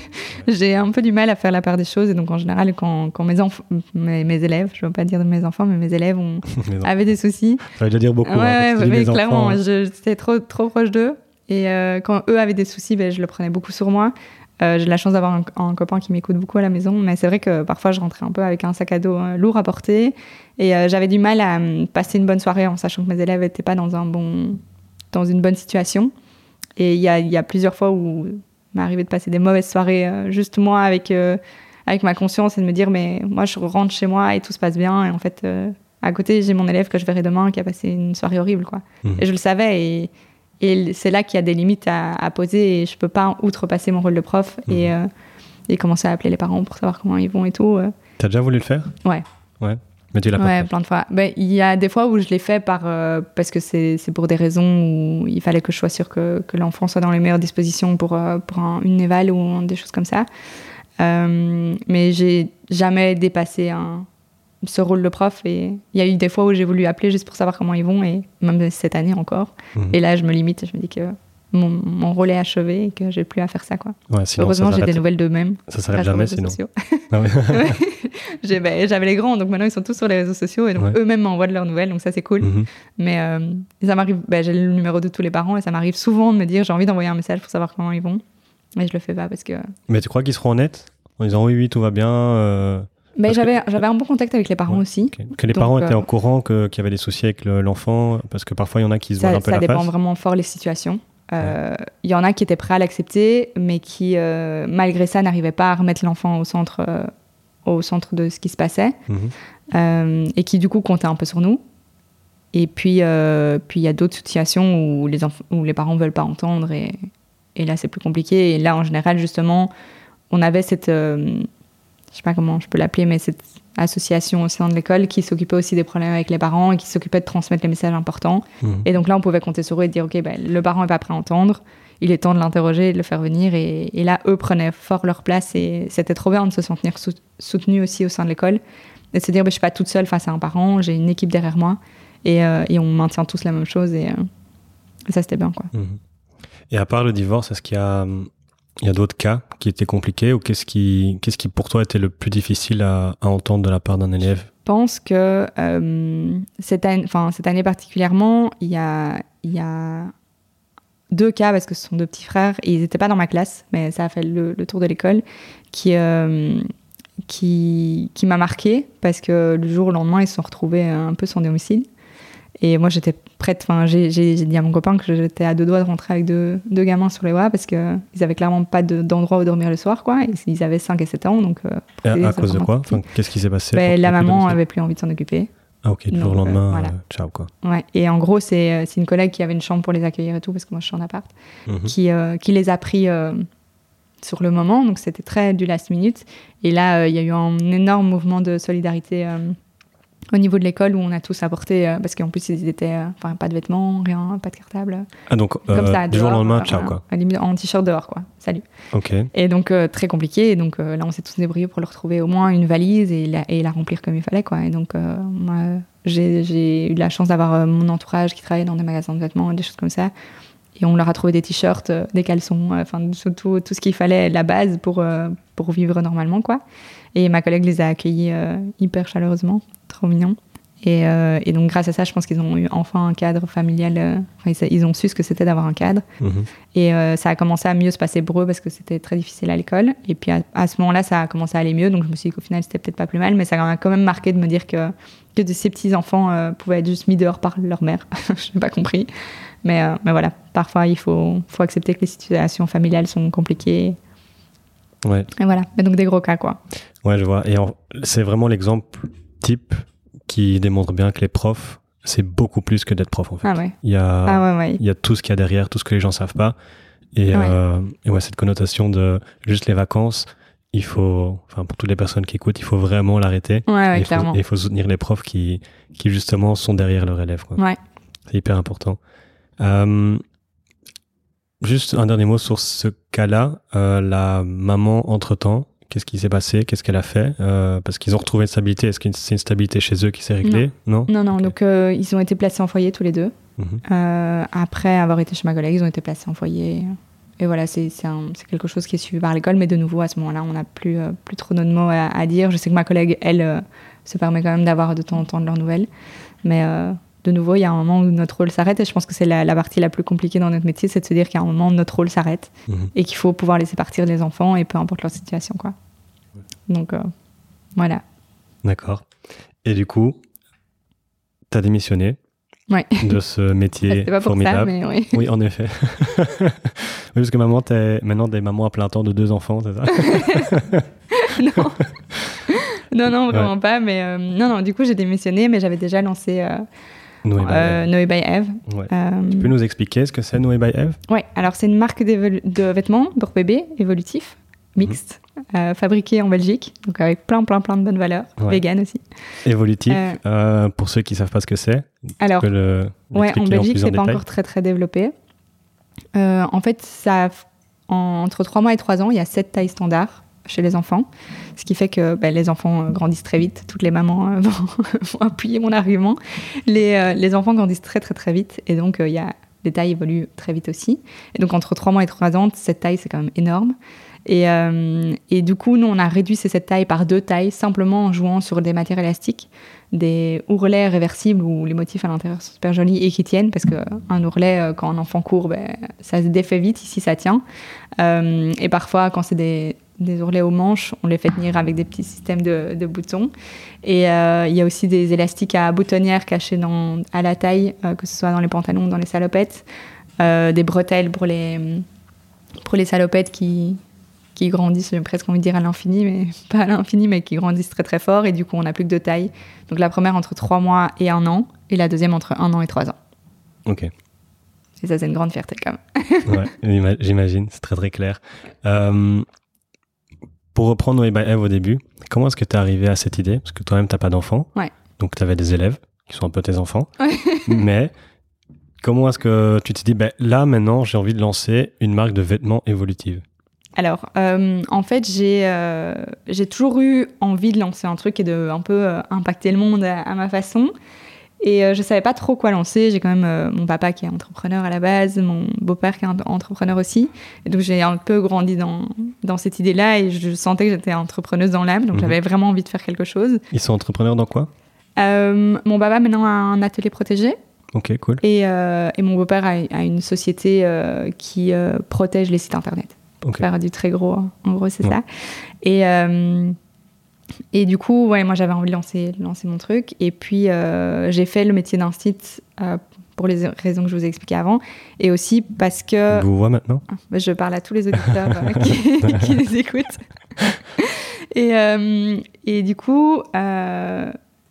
J'ai un peu du mal à faire la part des choses. Et donc, en général, quand, quand mes, enf- mes, mes élèves, je ne veux pas dire mes enfants, mais mes élèves ont, avaient des soucis. Ça veut déjà dire beaucoup. Ouais, hein, ouais, mais clairement, enfants, je, j'étais trop, trop proche d'eux. Et euh, quand eux avaient des soucis, ben, je le prenais beaucoup sur moi. Euh, j'ai la chance d'avoir un, un copain qui m'écoute beaucoup à la maison, mais c'est vrai que parfois je rentrais un peu avec un sac à dos euh, lourd à porter et euh, j'avais du mal à euh, passer une bonne soirée en sachant que mes élèves n'étaient pas dans, un bon, dans une bonne situation. Et il y a, y a plusieurs fois où il m'est arrivé de passer des mauvaises soirées, euh, juste moi avec, euh, avec ma conscience et de me dire mais moi je rentre chez moi et tout se passe bien et en fait euh, à côté j'ai mon élève que je verrai demain qui a passé une soirée horrible, quoi. Mmh. Et je le savais et Et c'est là qu'il y a des limites à, à poser et je peux pas outrepasser mon rôle de prof mmh. et, euh, et commencer à appeler les parents pour savoir comment ils vont et tout. Euh. T'as déjà voulu le faire ? Ouais. Ouais. Mais tu l'as pas ouais, fait ? Ouais, plein de fois. Ben, il y a des fois où je l'ai fait par, euh, parce que c'est, c'est pour des raisons où il fallait que je sois sûre que, que l'enfant soit dans les meilleures dispositions pour, euh, pour un, une éval ou des choses comme ça. Euh, mais j'ai jamais dépassé un, ce rôle de prof. Et il y a eu des fois où j'ai voulu appeler juste pour savoir comment ils vont, et même cette année encore. Mmh. Et là, je me limite, je me dis que mon, mon rôle est achevé et que j'ai plus à faire ça, quoi. Ouais, sinon, heureusement, ça j'ai des nouvelles d'eux-mêmes. Ça s'arrête jamais, sinon. Ah ouais. j'ai, bah, j'avais les grands, donc maintenant ils sont tous sur les réseaux sociaux, et donc ouais. eux-mêmes m'envoient de leurs nouvelles, donc ça c'est cool. Mmh. Mais euh, ça m'arrive, bah, j'ai le numéro de tous les parents, et ça m'arrive souvent de me dire j'ai envie d'envoyer un message pour savoir comment ils vont, mais je le fais pas parce que. Mais tu crois qu'ils seront honnêtes en disant oui, oui, tout va bien euh... Mais j'avais, que... j'avais un bon contact avec les parents ouais, aussi. Okay. Que les donc, parents étaient euh... au courant que, qu'il y avait des soucis avec le, l'enfant, parce que parfois il y en a qui se voient un peu la face. Ça dépend vraiment fort les situations. Il euh, ouais. y en a qui étaient prêts à l'accepter, mais qui, euh, malgré ça, n'arrivaient pas à remettre l'enfant au centre, euh, au centre de ce qui se passait, mmh. euh, et qui, du coup, comptaient un peu sur nous. Et puis, euh, puis il y a d'autres situations où les, enf- où les parents ne veulent pas entendre, et, et là, c'est plus compliqué. Et là, en général, justement, on avait cette... Euh, je ne sais pas comment je peux l'appeler, mais cette association au sein de l'école qui s'occupait aussi des problèmes avec les parents et qui s'occupait de transmettre les messages importants. Mmh. Et donc là, on pouvait compter sur eux et dire, OK, ben, le parent n'est pas prêt à entendre, il est temps de l'interroger et de le faire venir. Et, et là, eux prenaient fort leur place, et c'était trop bien de se sentir sou- soutenu aussi au sein de l'école et de se dire, ben, je ne suis pas toute seule face à un parent, j'ai une équipe derrière moi, et, euh, et on maintient tous la même chose, et, euh, et ça, c'était bien, quoi. Mmh. Et à part le divorce, est-ce qu'il y a... Il y a d'autres cas qui étaient compliqués, ou qu'est-ce qui, qu'est-ce qui pour toi était le plus difficile à, à entendre de la part d'un élève ? Je pense que euh, cette, année, enfin, cette année particulièrement, il y a, il y a deux cas, parce que ce sont deux petits frères, et ils n'étaient pas dans ma classe, mais ça a fait le, le tour de l'école, qui, euh, qui, qui m'a marquée, parce que le jour au lendemain, ils se sont retrouvés un peu sans domicile. Et moi, j'étais prête, enfin, j'ai, j'ai, j'ai dit à mon copain que j'étais à deux doigts de rentrer avec deux, deux gamins sur les bras, parce qu'ils n'avaient clairement pas de, d'endroit où dormir le soir, quoi. Et ils avaient cinq et sept ans, donc... Euh, à à cause de quoi enfin, qu'est-ce qui s'est passé ben, la maman avait plus envie de s'en occuper. Ah ok, du jour au lendemain, euh, voilà. euh, ciao, quoi. Ouais, et en gros, c'est, c'est une collègue qui avait une chambre pour les accueillir et tout, parce que moi, je suis en appart, mm-hmm. qui, euh, qui les a pris euh, sur le moment, donc c'était très du last minute. Et là, il euh, y a eu un énorme mouvement de solidarité euh, au niveau de l'école, où on a tous apporté, euh, parce qu'en plus ils étaient, enfin euh, pas de vêtements, rien, pas de cartable. Ah donc euh, comme ça, du jour au lendemain, ciao quoi. Euh, en t-shirt dehors quoi, salut. Ok. Et donc euh, très compliqué, et donc euh, là on s'est tous débrouillés pour leur trouver au moins une valise et la, et la remplir comme il fallait quoi. Et donc euh, moi j'ai, j'ai eu de la chance d'avoir euh, mon entourage qui travaillait dans des magasins de vêtements et des choses comme ça. Et on leur a trouvé des t-shirts, euh, des caleçons, enfin euh, surtout tout ce qu'il fallait, la base pour euh, pour vivre normalement quoi. Et ma collègue les a accueillis euh, hyper chaleureusement, trop mignon. Et, euh, et donc grâce à ça, je pense qu'ils ont eu enfin un cadre familial. Euh, enfin, ils ont su ce que c'était d'avoir un cadre. Mmh. Et euh, ça a commencé à mieux se passer pour eux, parce que c'était très difficile à l'école. Et puis à, à ce moment-là, ça a commencé à aller mieux. Donc je me suis dit qu'au final, c'était peut-être pas plus mal. Mais ça m'a quand même marqué de me dire que, que de ces petits enfants euh, pouvaient être juste mis dehors par leur mère. Je n'ai pas compris. Mais, euh, mais voilà, parfois il faut, faut accepter que les situations familiales sont compliquées. Ouais. Et voilà, mais donc des gros cas quoi. Ouais, je vois. Et en, c'est vraiment l'exemple type qui démontre bien que les profs, c'est beaucoup plus que d'être prof en fait. Ah ouais. Il y a, ah ouais, ouais. il y a tout ce qu'il y a derrière, tout ce que les gens savent pas. Et, ouais. Euh, et ouais, cette connotation de juste les vacances, il faut, enfin pour toutes les personnes qui écoutent, il faut vraiment l'arrêter. Ouais, ouais, et clairement. Et il faut soutenir les profs qui, qui justement sont derrière leurs élèves, quoi. Ouais. C'est hyper important. Euh, juste un dernier mot sur ce cas-là. Euh, la maman, entre-temps, qu'est-ce qui s'est passé? Qu'est-ce qu'elle a fait? euh, Parce qu'ils ont retrouvé une stabilité. Est-ce que c'est une stabilité chez eux qui s'est réglée? Non, non, non. non okay. Donc, euh, ils ont été placés en foyer tous les deux. Mm-hmm. Euh, après avoir été chez ma collègue, ils ont été placés en foyer. Et voilà, c'est, c'est, un, c'est quelque chose qui est suivi par l'école. Mais de nouveau, à ce moment-là, on n'a plus, euh, plus trop de mots à, à dire. Je sais que ma collègue, elle, euh, se permet quand même d'avoir de temps en temps de leurs nouvelles. Mais euh, de nouveau, il y a un moment où notre rôle s'arrête. Et je pense que c'est la, la partie la plus compliquée dans notre métier, c'est de se dire qu'à un moment, notre rôle s'arrête. Mm-hmm. Et qu'il faut pouvoir laisser partir les enfants, et peu importe leur situation, quoi. Donc, euh, voilà. D'accord. Et du coup, tu as démissionné ouais. de ce métier C'était pas pour formidable. Ça, mais oui. Oui, en effet. Oui, parce que maman, t'es maintenant des mamans à plein temps de deux enfants, c'est ça? Non. Non, non, vraiment ouais. pas. Mais euh, non, non, du coup, j'ai démissionné, mais j'avais déjà lancé euh, Noé by euh, Eve. Noé by Eve. Ouais. Euh, tu peux nous expliquer ce que c'est Noé by Eve? Oui, alors c'est une marque de vêtements pour bébés évolutifs. Mixte, mmh. euh, fabriqué en Belgique, donc avec plein, plein, plein de bonnes valeurs, ouais. Vegan aussi. Évolutif, euh, euh, pour ceux qui ne savent pas ce que c'est. Alors, le, ouais, en Belgique, ce n'est pas encore très, très développé. Euh, en fait, ça, en, entre trois mois et trois ans, il y a sept tailles standards chez les enfants, ce qui fait que ben, les enfants grandissent très vite. Toutes les mamans euh, vont, vont appuyer mon argument. Les, euh, les enfants grandissent très très très vite et donc il euh, y a les tailles évoluent très vite aussi. Et donc entre trois mois et trois ans, cette taille c'est quand même énorme. Et, euh, et du coup, nous on a réduit cette taille par deux tailles simplement en jouant sur des matières élastiques, des ourlets réversibles où les motifs à l'intérieur sont super jolis et qui tiennent parce qu'un ourlet, quand un enfant court, ben, ça se défait vite, ici ça tient. Euh, et parfois, quand c'est des, des ourlets aux manches, on les fait tenir avec des petits systèmes de, de boutons. Et euh, il y a aussi des élastiques à boutonnières cachés dans, à la taille, euh, que ce soit dans les pantalons ou dans les salopettes. Euh, des bretelles pour les, pour les salopettes qui... qui grandissent, j'ai presque envie de dire à l'infini, mais pas à l'infini, mais qui grandissent très très fort. Et du coup, on n'a plus que deux tailles. Donc la première entre trois mois et un an, et la deuxième entre un an et trois ans. Ok. Et ça, c'est une grande fierté quand même. Ouais, j'imagine, c'est très très clair. Euh, pour reprendre Way by Eve au début, comment est-ce que tu es arrivé à cette idée? Parce que toi-même, tu n'as pas d'enfant. Ouais. Donc tu avais des élèves qui sont un peu tes enfants. Ouais. Mais comment est-ce que tu t'es dit, ben, là maintenant, j'ai envie de lancer une marque de vêtements évolutive? Alors, euh, en fait, j'ai, euh, j'ai toujours eu envie de lancer un truc et de un peu euh, impacter le monde à, à ma façon. Et euh, je ne savais pas trop quoi lancer. J'ai quand même euh, mon papa qui est entrepreneur à la base, mon beau-père qui est entrepreneur aussi. Et donc, j'ai un peu grandi dans, dans cette idée-là et je sentais que j'étais entrepreneuse dans l'âme. Donc, mmh. j'avais vraiment envie de faire quelque chose. Ils sont entrepreneurs dans quoi? euh, Mon papa, maintenant, a un atelier protégé. Ok, cool. Et, euh, et mon beau-père a, a une société euh, qui euh, protège les sites Internet. Okay. Faire du très gros, en gros, c'est ouais. ça. Et, euh, et du coup, ouais, moi, j'avais envie de lancer, lancer mon truc. Et puis, euh, j'ai fait le métier d'un site euh, pour les raisons que je vous ai expliquées avant. Et aussi parce que... Vous voyez maintenant bah, je parle à tous les auditeurs euh, qui, qui les écoutent. Et, euh, et du coup, euh,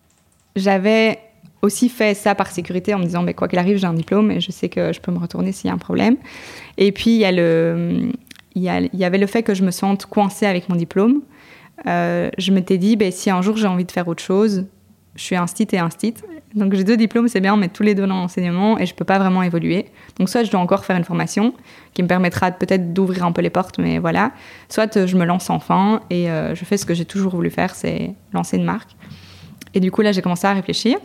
j'avais aussi fait ça par sécurité en me disant, mais quoi qu'il arrive, j'ai un diplôme et je sais que je peux me retourner s'il y a un problème. Et puis, il y a le... Il y, a, il y avait le fait que je me sente coincée avec mon diplôme. Euh, je m'étais dit, ben, si un jour j'ai envie de faire autre chose, je suis instit et instit. Donc j'ai deux diplômes, c'est bien, mais tous les deux dans l'enseignement et je ne peux pas vraiment évoluer. Donc soit je dois encore faire une formation qui me permettra peut-être d'ouvrir un peu les portes, mais voilà. Soit je me lance enfin et euh, je fais ce que j'ai toujours voulu faire, c'est lancer une marque. Et du coup, là, j'ai commencé à réfléchir.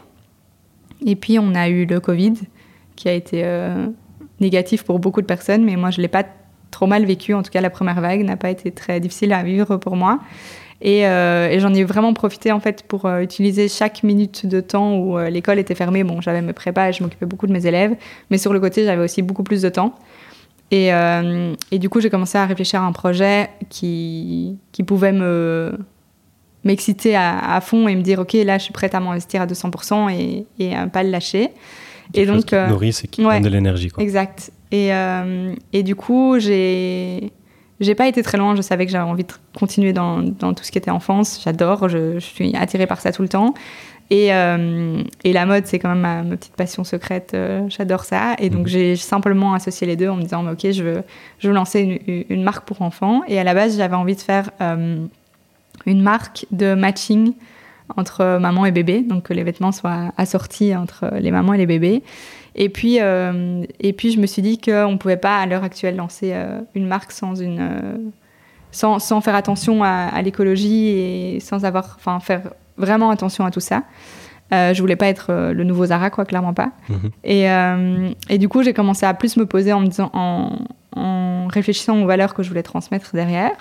Et puis, on a eu le Covid qui a été euh, négatif pour beaucoup de personnes, mais moi, je ne l'ai pas trop mal vécu, en tout cas la première vague n'a pas été très difficile à vivre pour moi et, euh, et j'en ai vraiment profité en fait pour euh, utiliser chaque minute de temps où euh, l'école était fermée. Bon, j'avais mes prépas et je m'occupais beaucoup de mes élèves, mais sur le côté j'avais aussi beaucoup plus de temps et, euh, et du coup j'ai commencé à réfléchir à un projet qui, qui pouvait me m'exciter à, à fond et me dire ok, là je suis prête à m'investir à deux cents pour cent et, et à ne pas le lâcher. Quelque et donc, chose qui te nourrit et qui ouais, donne de l'énergie, quoi. Exact. Et, euh, et du coup, j'ai, j'ai pas été très loin. Je savais que j'avais envie de continuer dans, dans tout ce qui était enfance. J'adore, je, je suis attirée par ça tout le temps. Et, euh, et la mode, c'est quand même ma, ma petite passion secrète. Euh, j'adore ça. Et donc, mmh. j'ai simplement associé les deux en me disant, OK, je veux, je veux lancer une, une marque pour enfants. Et à la base, j'avais envie de faire euh, une marque de matching entre maman et bébé, donc que les vêtements soient assortis entre les mamans et les bébés. Et puis, euh, et puis je me suis dit qu'on ne pouvait pas, à l'heure actuelle, lancer euh, une marque sans, une, euh, sans, sans faire attention à, à l'écologie et sans avoir, enfin, faire vraiment attention à tout ça. Euh, je voulais pas être euh, le nouveau Zara, quoi, clairement pas. Mmh. Et, euh, et du coup, j'ai commencé à plus me poser en, me disant, en, en réfléchissant aux valeurs que je voulais transmettre derrière.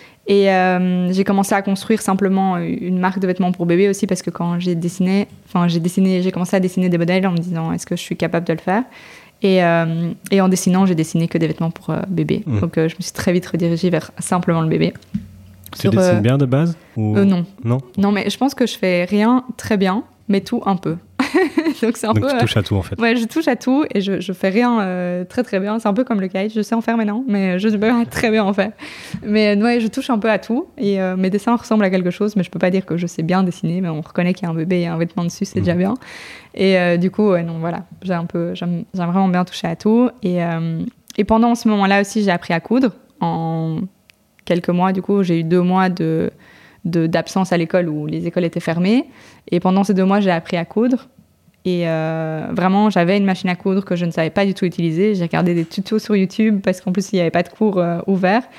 Et euh, j'ai commencé à construire simplement une marque de vêtements pour bébé aussi parce que quand j'ai dessiné, enfin j'ai dessiné, j'ai commencé à dessiner des modèles en me disant est-ce que je suis capable de le faire. Et, euh, et en dessinant, j'ai dessiné que des vêtements pour euh, bébé. Mmh. Donc euh, je me suis très vite redirigée vers simplement le bébé. Tu Sur, dessines euh, bien de base ou... euh, Non. Non. Non, mais je pense que je fais rien très bien, mais tout un peu. Donc, c'est un Donc peu, tu touches à tout en fait. Ouais, je touche à tout et je, je fais rien euh, très très bien. C'est un peu comme le kite, je sais en faire maintenant, mais je ne sais pas très bien en faire. Mais ouais, je touche un peu à tout et euh, mes dessins ressemblent à quelque chose, mais je peux pas dire que je sais bien dessiner, mais on reconnaît qu'il y a un bébé et un vêtement dessus, c'est mmh. déjà bien. Et euh, du coup, ouais, non, voilà, j'ai un peu, j'aime, j'aime vraiment bien toucher à tout. Et, euh, et pendant ce moment-là aussi, j'ai appris à coudre. En quelques mois, du coup, j'ai eu deux mois de, de, d'absence à l'école où les écoles étaient fermées. Et pendant ces deux mois, j'ai appris à coudre. Et euh, vraiment, j'avais une machine à coudre que je ne savais pas du tout utiliser. J'ai regardé des tutos sur YouTube parce qu'en plus, il n'y avait pas de cours euh, ouverts.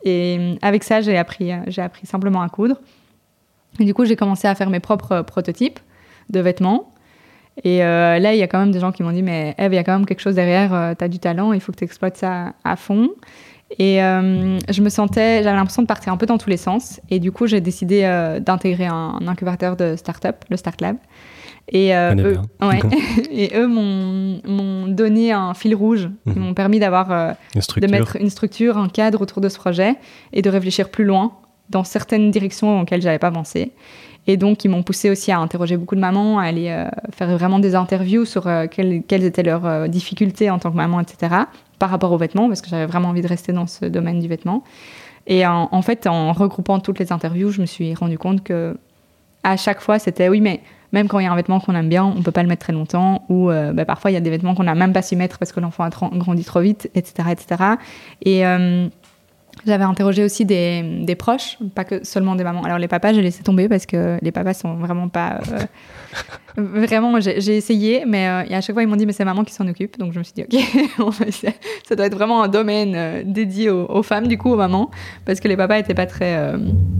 Et avec ça, j'ai appris, j'ai appris simplement à coudre. Et du coup, j'ai commencé à faire mes propres prototypes de vêtements. Et euh, là, il y a quand même des gens qui m'ont dit « Mais Eve, il y a quand même quelque chose derrière, euh, tu as du talent, il faut que tu exploites ça à fond. » Et euh, je me sentais, j'avais l'impression de partir un peu dans tous les sens. Et du coup, j'ai décidé euh, d'intégrer un, un incubateur de start-up, le Start Lab. Et, euh, eux, ouais. Et eux m'ont, m'ont donné un fil rouge. Ils m'ont permis d'avoir, euh, de mettre une structure, un cadre autour de ce projet et de réfléchir plus loin dans certaines directions auxquelles je n'avais pas pensé. Et donc, ils m'ont poussé aussi à interroger beaucoup de mamans, à aller euh, faire vraiment des interviews sur euh, quelles, quelles étaient leurs euh, difficultés en tant que maman, et cetera, par rapport aux vêtements, parce que j'avais vraiment envie de rester dans ce domaine du vêtement. Et en, en fait, en regroupant toutes les interviews, je me suis rendu compte que à chaque fois, c'était « oui, mais même quand il y a un vêtement qu'on aime bien, on ne peut pas le mettre très longtemps, ou euh, bah, parfois, il y a des vêtements qu'on n'a même pas su mettre parce que l'enfant a tra- grandi trop vite, et cetera, et cetera » Et euh, j'avais interrogé aussi des, des proches, pas que seulement des mamans. Alors, les papas, j'ai laissé tomber parce que les papas sont vraiment pas... Euh, vraiment, j'ai, j'ai essayé, mais euh, et à chaque fois, ils m'ont dit « mais c'est maman qui s'en occupe ». Donc, je me suis dit « ok, ça doit être vraiment un domaine euh, dédié aux, aux femmes, du coup, aux mamans », parce que les papas n'étaient pas très... Euh,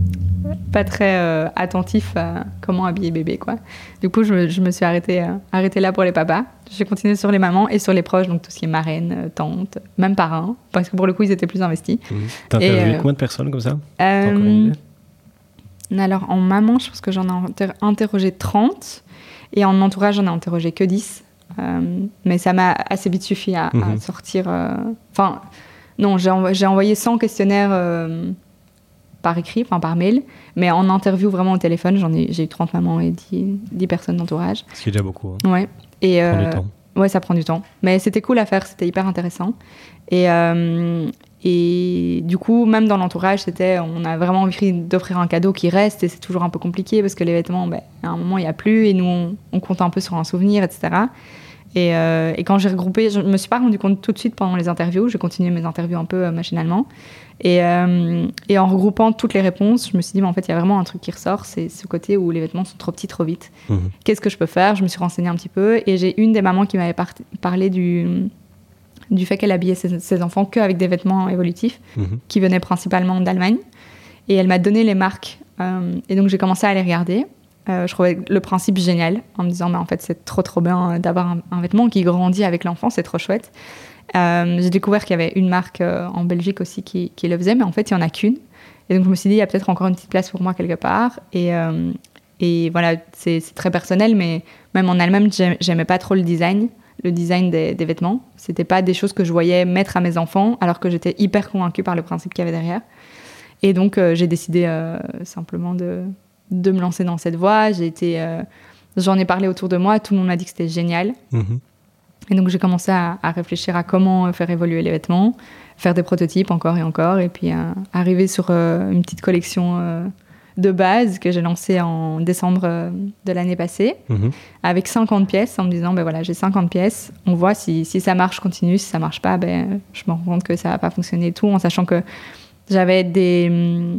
pas très euh, attentif à comment habiller bébé, quoi. Du coup, je me, je me suis arrêtée, euh, arrêtée là pour les papas. J'ai continué sur les mamans et sur les proches, donc tout ce qui est marraine, euh, tante, même parrain, parce que pour le coup, ils étaient plus investis. Mmh. T'as interviewé euh, combien de personnes comme ça euh, Alors, en maman, je pense que j'en ai inter- interrogé trente, et en entourage, j'en ai interrogé que dix. Euh, mais ça m'a assez vite suffi à, mmh. à sortir... Enfin, euh... non, j'ai, envo- j'ai envoyé cent questionnaires... Euh, par écrit, enfin par mail, mais en interview vraiment au téléphone, j'en ai, j'ai eu trente mamans et dix, dix personnes d'entourage. Ce qui est déjà beaucoup. Hein. Ouais. Et, ça prend euh, du temps. Ouais, ça prend du temps. Mais c'était cool à faire, c'était hyper intéressant. Et, euh, et du coup, même dans l'entourage, c'était, on a vraiment envie d'offrir un cadeau qui reste, et c'est toujours un peu compliqué parce que les vêtements, ben, à un moment, il n'y a plus, et nous, on, on compte un peu sur un souvenir, et cetera. Et, euh, et quand j'ai regroupé, je ne me suis pas rendu compte tout de suite pendant les interviews, j'ai continué mes interviews un peu euh, machinalement. Et, euh, et en regroupant toutes les réponses, je me suis dit, mais en fait, il y a vraiment un truc qui ressort, c'est ce côté où les vêtements sont trop petits, trop vite. Mmh. Qu'est-ce que je peux faire ? Je me suis renseignée un petit peu, et j'ai une des mamans qui m'avait par- parlé du, du fait qu'elle habillait ses, ses enfants qu'avec des vêtements évolutifs, mmh. qui venaient principalement d'Allemagne. Et elle m'a donné les marques. Euh, et donc, j'ai commencé à les regarder. Euh, je trouvais le principe génial, en me disant, mais en fait, c'est trop, trop bien d'avoir un, un vêtement qui grandit avec l'enfant, c'est trop chouette. Euh, j'ai découvert qu'il y avait une marque euh, en Belgique aussi qui, qui le faisait, mais en fait, il n'y en a qu'une. Et donc, je me suis dit, il y a peut-être encore une petite place pour moi quelque part. Et, euh, et voilà, c'est, c'est très personnel, mais même en Allemagne, j'aimais pas trop le design, le design des, des vêtements. C'était pas des choses que je voyais mettre à mes enfants, alors que j'étais hyper convaincue par le principe qu'il y avait derrière. Et donc, euh, j'ai décidé euh, simplement de... de me lancer dans cette voie. J'ai été, euh, j'en ai parlé autour de moi, tout le monde m'a dit que c'était génial. Mmh. Et donc j'ai commencé à, à réfléchir à comment faire évoluer les vêtements, faire des prototypes encore et encore, et puis euh, arriver sur euh, une petite collection euh, de base que j'ai lancée en décembre euh, de l'année passée, mmh. avec cinquante pièces, en me disant, ben voilà, j'ai cinquante pièces, on voit si, si ça marche, continue, si ça marche pas, ben, je me rends compte que ça va pas fonctionner et tout, en sachant que j'avais des...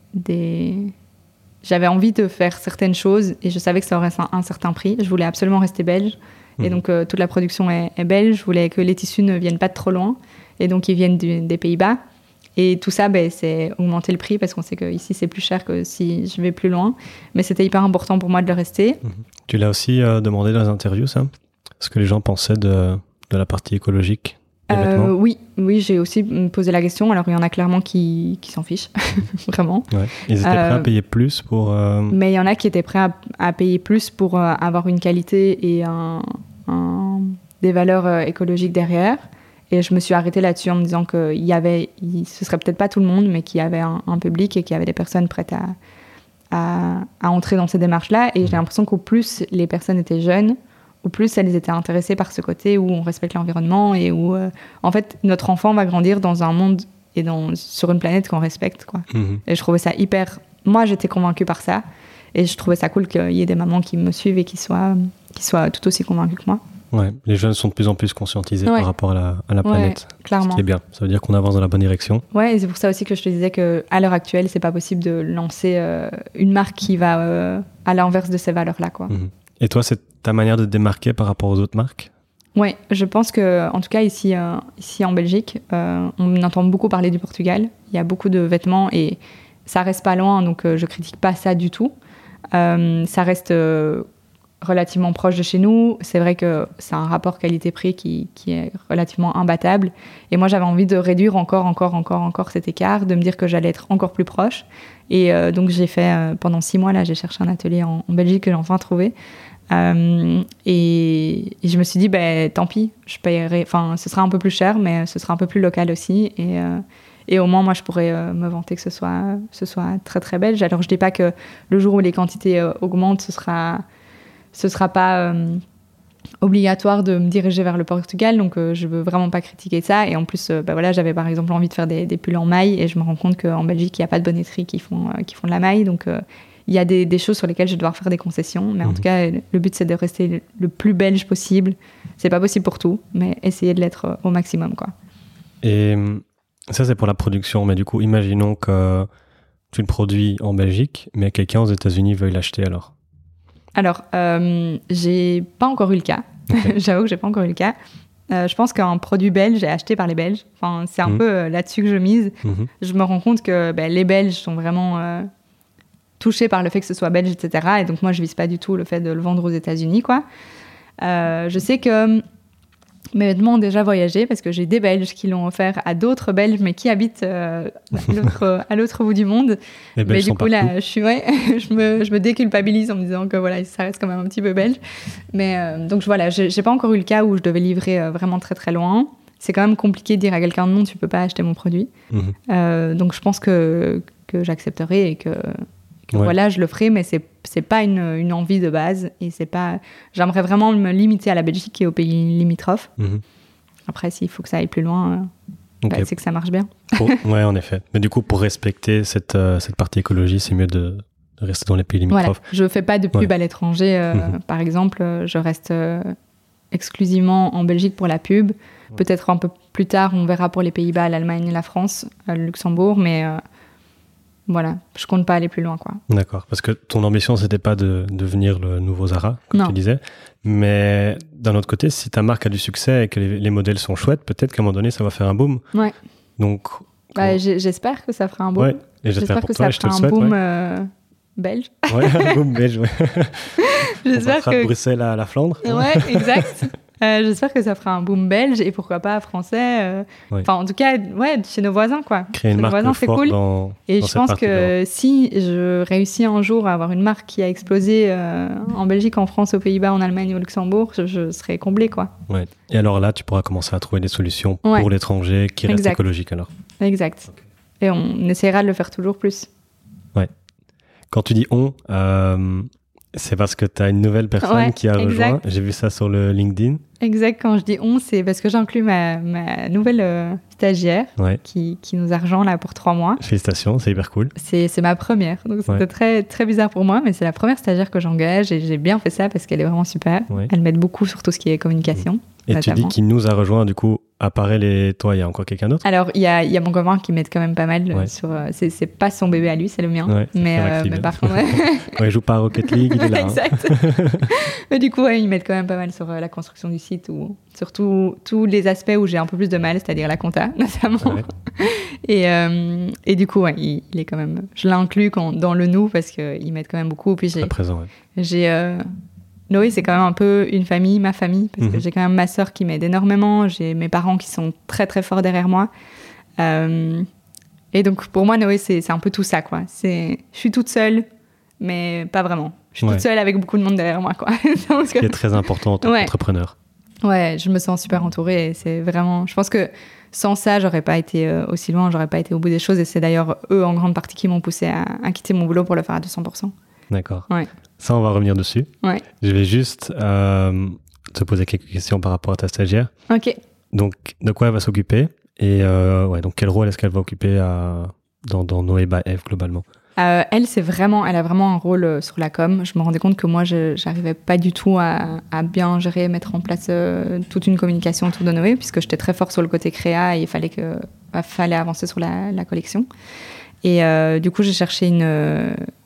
des J'avais envie de faire certaines choses et je savais que ça aurait un, un certain prix. Je voulais absolument rester belge. Mmh. Et donc, euh, toute la production est, est belge. Je voulais que les tissus ne viennent pas de trop loin. Et donc, ils viennent du, des Pays-Bas. Et tout ça, ben, c'est augmenter le prix parce qu'on sait qu'ici, c'est plus cher que si je vais plus loin. Mais c'était hyper important pour moi de le rester. Mmh. Tu l'as aussi euh, demandé dans les interviews, ça ? Ce que les gens pensaient de, de la partie écologique ? Euh, oui, oui, j'ai aussi posé la question. Alors, il y en a clairement qui, qui s'en fichent, vraiment. Ouais. Ils étaient prêts euh, à payer plus pour... Euh... Mais il y en a qui étaient prêts à, à payer plus pour euh, avoir une qualité et un, un, des valeurs euh, écologiques derrière. Et je me suis arrêtée là-dessus en me disant qu'il y avait... Il, ce serait peut-être pas tout le monde, mais qu'il y avait un, un public et qu'il y avait des personnes prêtes à, à, à entrer dans ces démarches-là. Et mmh. j'ai l'impression qu'au plus les personnes étaient jeunes, au plus elles étaient intéressées par ce côté où on respecte l'environnement et où, euh, en fait, notre enfant va grandir dans un monde et dans, sur une planète qu'on respecte, quoi. Mmh. Et je trouvais ça hyper... Moi, j'étais convaincue par ça. Et je trouvais ça cool qu'il y ait des mamans qui me suivent et qui soient, qui soient tout aussi convaincues que moi. Ouais, les jeunes sont de plus en plus conscientisés ouais. par rapport à la, à la planète. Ouais, clairement. Ce qui est bien. Ça veut dire qu'on avance dans la bonne direction. Ouais, et c'est pour ça aussi que je te disais qu'à l'heure actuelle, c'est pas possible de lancer euh, une marque qui va euh, à l'inverse de ces valeurs-là, quoi. Mmh. Et toi, c'est ta manière de te démarquer par rapport aux autres marques ? Ouais, je pense que, en tout cas ici, euh, ici en Belgique, euh, on entend beaucoup parler du Portugal. Il y a beaucoup de vêtements et ça reste pas loin, donc euh, je critique pas ça du tout. Euh, ça reste euh, relativement proche de chez nous. C'est vrai que c'est un rapport qualité-prix qui, qui est relativement imbattable. Et moi, j'avais envie de réduire encore, encore, encore, encore cet écart, de me dire que j'allais être encore plus proche. Et euh, donc, j'ai fait, euh, pendant six mois, là, j'ai cherché un atelier en, en Belgique que j'ai enfin trouvé. Euh, et, et je me suis dit, ben, tant pis, je payerai, enfin, ce sera un peu plus cher, mais ce sera un peu plus local aussi. Et, euh, et au moins, moi, je pourrais euh, me vanter que ce soit, ce soit très, très belge. Alors, je dis pas que le jour où les quantités euh, augmentent, ce sera, ce sera pas euh, obligatoire de me diriger vers le Portugal. Donc, euh, je veux vraiment pas critiquer ça. Et en plus, euh, ben, voilà, j'avais par exemple envie de faire des, des pulls en maille. Et je me rends compte qu'en Belgique, il n'y a pas de bonnetterie qui font, euh, qui font de la maille. Donc, euh, il y a des, des choses sur lesquelles je vais devoir faire des concessions. Mais en mmh. tout cas, le but, c'est de rester le, le plus belge possible. C'est pas possible pour tout, mais essayer de l'être au maximum, quoi. Et ça, c'est pour la production. Mais du coup, imaginons que tu le produis en Belgique, mais quelqu'un aux États-Unis veuille l'acheter alors. Alors, euh, j'ai pas encore eu le cas. Okay. J'avoue que j'ai pas encore eu le cas. Euh, je pense qu'un produit belge est acheté par les Belges. Enfin, c'est un mmh. peu euh, là-dessus que je mise. Mmh. Je me rends compte que ben, les Belges sont vraiment... Euh, touchée par le fait que ce soit belge, et cetera. Et donc, moi, je ne vise pas du tout le fait de le vendre aux États-Unis, quoi. Euh, je sais que mes vêtements ont déjà voyagé parce que j'ai des Belges qui l'ont offert à d'autres Belges, mais qui habitent euh, à, l'autre, à l'autre bout du monde. Les Belges mais sont du coup, partout. là, je, suis, ouais, je, me, je me déculpabilise en me disant que voilà, ça reste quand même un petit peu belge. Mais euh, donc, voilà, je n'ai pas encore eu le cas où je devais livrer euh, vraiment très, très loin. C'est quand même compliqué de dire à quelqu'un non, tu ne peux pas acheter mon produit. Mmh. Euh, donc, je pense que, que j'accepterai et que... Ouais. Voilà, je le ferai, mais c'est c'est pas une, une envie de base et c'est pas. J'aimerais vraiment me limiter à la Belgique et aux pays limitrophes. Mmh. Après, s'il faut que ça aille plus loin, euh, okay. bah, c'est que ça marche bien. Pour, ouais, en effet. Mais du coup, pour respecter cette euh, cette partie écologie, c'est mieux de, de rester dans les pays limitrophes. Voilà. Je fais pas de pub ouais. à l'étranger, euh, mmh. par exemple. Je reste euh, exclusivement en Belgique pour la pub. Ouais. Peut-être un peu plus tard, on verra pour les Pays-Bas, l'Allemagne, la France, euh, le Luxembourg, mais. Euh, Voilà, je compte pas aller plus loin, quoi. D'accord, parce que ton ambition, c'était pas de devenir le nouveau Zara, comme non. tu disais. Mais d'un autre côté, si ta marque a du succès et que les, les modèles sont chouettes, peut-être qu'à un moment donné, ça va faire un boom. Ouais. Donc, bah, j'espère que ça fera un boom. Ouais, et j'espère, j'espère que toi, ça fera un souhaite, boom ouais. euh, belge. Ouais, un boom belge, ouais. J'espère On que... de Bruxelles à la Flandre. Ouais, exact. Euh, j'espère que ça fera un boom belge et pourquoi pas français. Euh... Ouais. Enfin, en tout cas, ouais, chez nos voisins, quoi. Créer une chez marque nos voisins, c'est cool. Dans, et dans je pense que là. si je réussis un jour à avoir une marque qui a explosé euh, en Belgique, en France, aux Pays-Bas, en Allemagne, au Luxembourg, je, je serai comblée, quoi. Ouais. Et alors là, tu pourras commencer à trouver des solutions pour ouais. l'étranger qui restent exact. écologiques, alors. Exact. Okay. Et on essaiera de le faire toujours plus. Ouais. Quand tu dis on, euh, c'est parce que tu as une nouvelle personne ouais, qui a rejoint. Exact. J'ai vu ça sur le LinkedIn. Exact. Quand je dis on, c'est parce que j'inclus ma, ma nouvelle euh, stagiaire ouais. qui, qui nous a rejoint là pour trois mois. Félicitations, c'est hyper cool. C'est, c'est ma première. Donc c'était ouais. très, très bizarre pour moi, mais c'est la première stagiaire que j'engage et j'ai bien fait ça parce qu'elle est vraiment super. Ouais. Elle m'aide beaucoup sur tout ce qui est communication. Et notamment. Tu dis qu'il nous a rejoint, du coup, à part elle et toi, il y a encore quelqu'un d'autre ? Alors, il y a, y a mon copain qui m'aide quand même pas mal. Ouais. Sur, euh, c'est, c'est pas son bébé à lui, c'est le mien. Ouais, mais, euh, mais par contre, ouais. Quand il joue pas à Rocket League, il est là. Exact. Hein. Mais du coup, ouais, il m'aide quand même pas mal sur euh, la construction du site ou sur tout, tous les aspects où j'ai un peu plus de mal, c'est-à-dire la compta, notamment. Ouais. Et, euh, et du coup, ouais, il, il est quand même... Je l'inclus quand, dans le nous parce qu'il m'aide quand même beaucoup. Puis j'ai, à présent, ouais. J'ai... Euh, Noé, c'est quand même un peu une famille, ma famille, parce mmh. que j'ai quand même ma sœur qui m'aide énormément, j'ai mes parents qui sont très très forts derrière moi. Euh, et donc pour moi, Noé, c'est, c'est un peu tout ça, quoi. C'est, je suis toute seule, mais pas vraiment. Je suis ouais. toute seule avec beaucoup de monde derrière moi, quoi. Donc, ce qui est très important en tant ouais. qu'entrepreneur. Ouais, je me sens super entourée et c'est vraiment... Je pense que sans ça, j'aurais pas été euh, aussi loin, j'aurais pas été au bout des choses et c'est d'ailleurs eux, en grande partie, qui m'ont poussée à, à quitter mon boulot pour le faire à deux cents pour cent. D'accord. Ouais. Ça, on va revenir dessus. Ouais. Je vais juste euh, te poser quelques questions par rapport à ta stagiaire. Ok. Donc, de quoi elle va s'occuper et euh, ouais, donc quel rôle est-ce qu'elle va occuper à, dans, dans Noé by Eve globalement ? euh, Elle, c'est vraiment, elle a vraiment un rôle euh, sur la com. Je me rendais compte que moi, je n'arrivais pas du tout à, à bien gérer, mettre en place euh, toute une communication autour de Noé, puisque j'étais très fort sur le côté créa et il fallait, que, bah, fallait avancer sur la, la collection. Et euh, du coup, j'ai cherché une... Euh,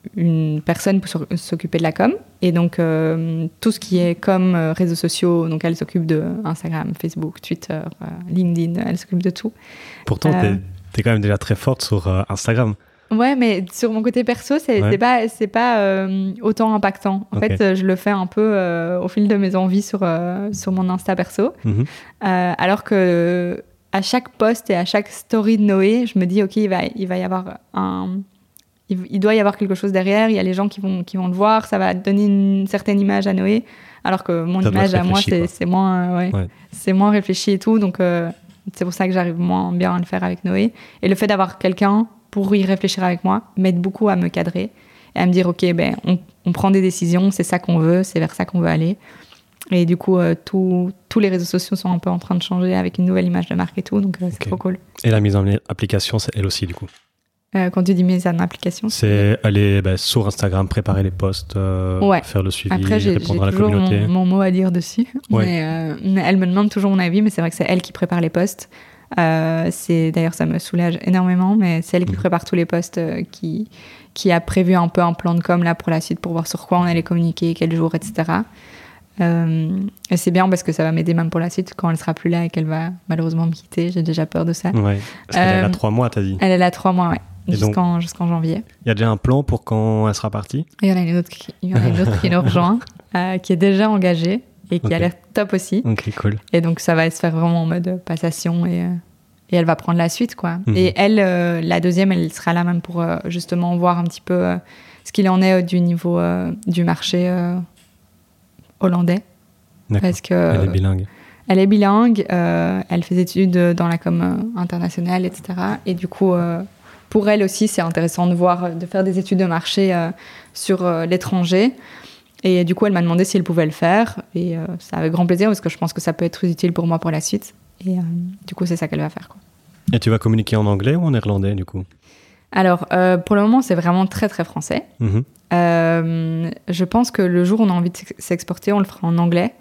une personne pour s'occuper de la com. Et donc, euh, tout ce qui est com, euh, réseaux sociaux, donc elle s'occupe de Instagram, Facebook, Twitter, euh, LinkedIn, elle s'occupe de tout. Pourtant, euh, t'es, t'es quand même déjà très forte sur euh, Instagram. Ouais, mais sur mon côté perso, c'est, ouais. c'est pas, c'est pas euh, autant impactant. En okay. fait, je le fais un peu euh, au fil de mes envies sur, euh, sur mon Insta perso. Mm-hmm. Euh, alors que à chaque post et à chaque story de Noé, je me dis, OK, il va, il va y avoir un... Il, il doit y avoir quelque chose derrière. Il y a les gens qui vont, qui vont le voir. Ça va donner une certaine image à Noé. Alors que mon ça image à moi, c'est, c'est, moins, ouais, ouais. c'est moins réfléchi et tout. Donc, euh, c'est pour ça que j'arrive moins bien à le faire avec Noé. Et le fait d'avoir quelqu'un pour y réfléchir avec moi, m'aide beaucoup à me cadrer et à me dire, OK, ben, on, on prend des décisions, c'est ça qu'on veut, c'est vers ça qu'on veut aller. Et du coup, euh, tout, tous les réseaux sociaux sont un peu en train de changer avec une nouvelle image de marque et tout, donc euh, c'est okay. trop cool. Et la mise en application, c'est elle aussi, du coup euh, Quand tu dis mise en application, c'est, c'est... aller ben, sur Instagram, préparer les posts, euh, ouais. faire le suivi, Après, j'ai, répondre j'ai à la communauté. Mon, mon mot à dire dessus, ouais. mais, euh, mais elle me demande toujours mon avis, mais c'est vrai que c'est elle qui prépare les posts. Euh, c'est, d'ailleurs, ça me soulage énormément, mais c'est elle qui mmh. prépare tous les posts, euh, qui, qui a prévu un peu un plan de com là, pour la suite, pour voir sur quoi on allait communiquer, quel jour, et cetera. Euh, et c'est bien parce que ça va m'aider même pour la suite quand elle sera plus là et qu'elle va malheureusement me quitter. J'ai déjà peur de ça. Ouais, parce qu'elle euh, est là trois mois, t'as dit. Elle est là trois mois, ouais. Jusqu'en, donc, jusqu'en janvier. Il y a déjà un plan pour quand elle sera partie ? Il y en a une autre qui, il y en a une autre qui nous rejoint, euh, qui est déjà engagée et qui okay. a l'air top aussi. Ok, cool. Et donc ça va se faire vraiment en mode passation et, euh, et elle va prendre la suite, quoi. Mm-hmm. Et elle, euh, la deuxième, elle sera là même pour euh, justement voir un petit peu euh, ce qu'il en est euh, du niveau euh, du marché euh, hollandais. D'accord. Parce que, elle est bilingue. Elle est bilingue, euh, elle fait des études dans la com euh, internationale, et cetera. Et du coup, euh, pour elle aussi, c'est intéressant de voir, de faire des études de marché euh, sur euh, l'étranger. Et du coup, elle m'a demandé si elle pouvait le faire. Et euh, c'est avec grand plaisir parce que je pense que ça peut être utile pour moi pour la suite. Et euh, du coup, c'est ça qu'elle va faire, quoi. Et tu vas communiquer en anglais ou en néerlandais, du coup ? Alors, euh, pour le moment, c'est vraiment très, très français. Mm-hmm. Euh, je pense que le jour où on a envie de s'exporter, on le fera en anglais.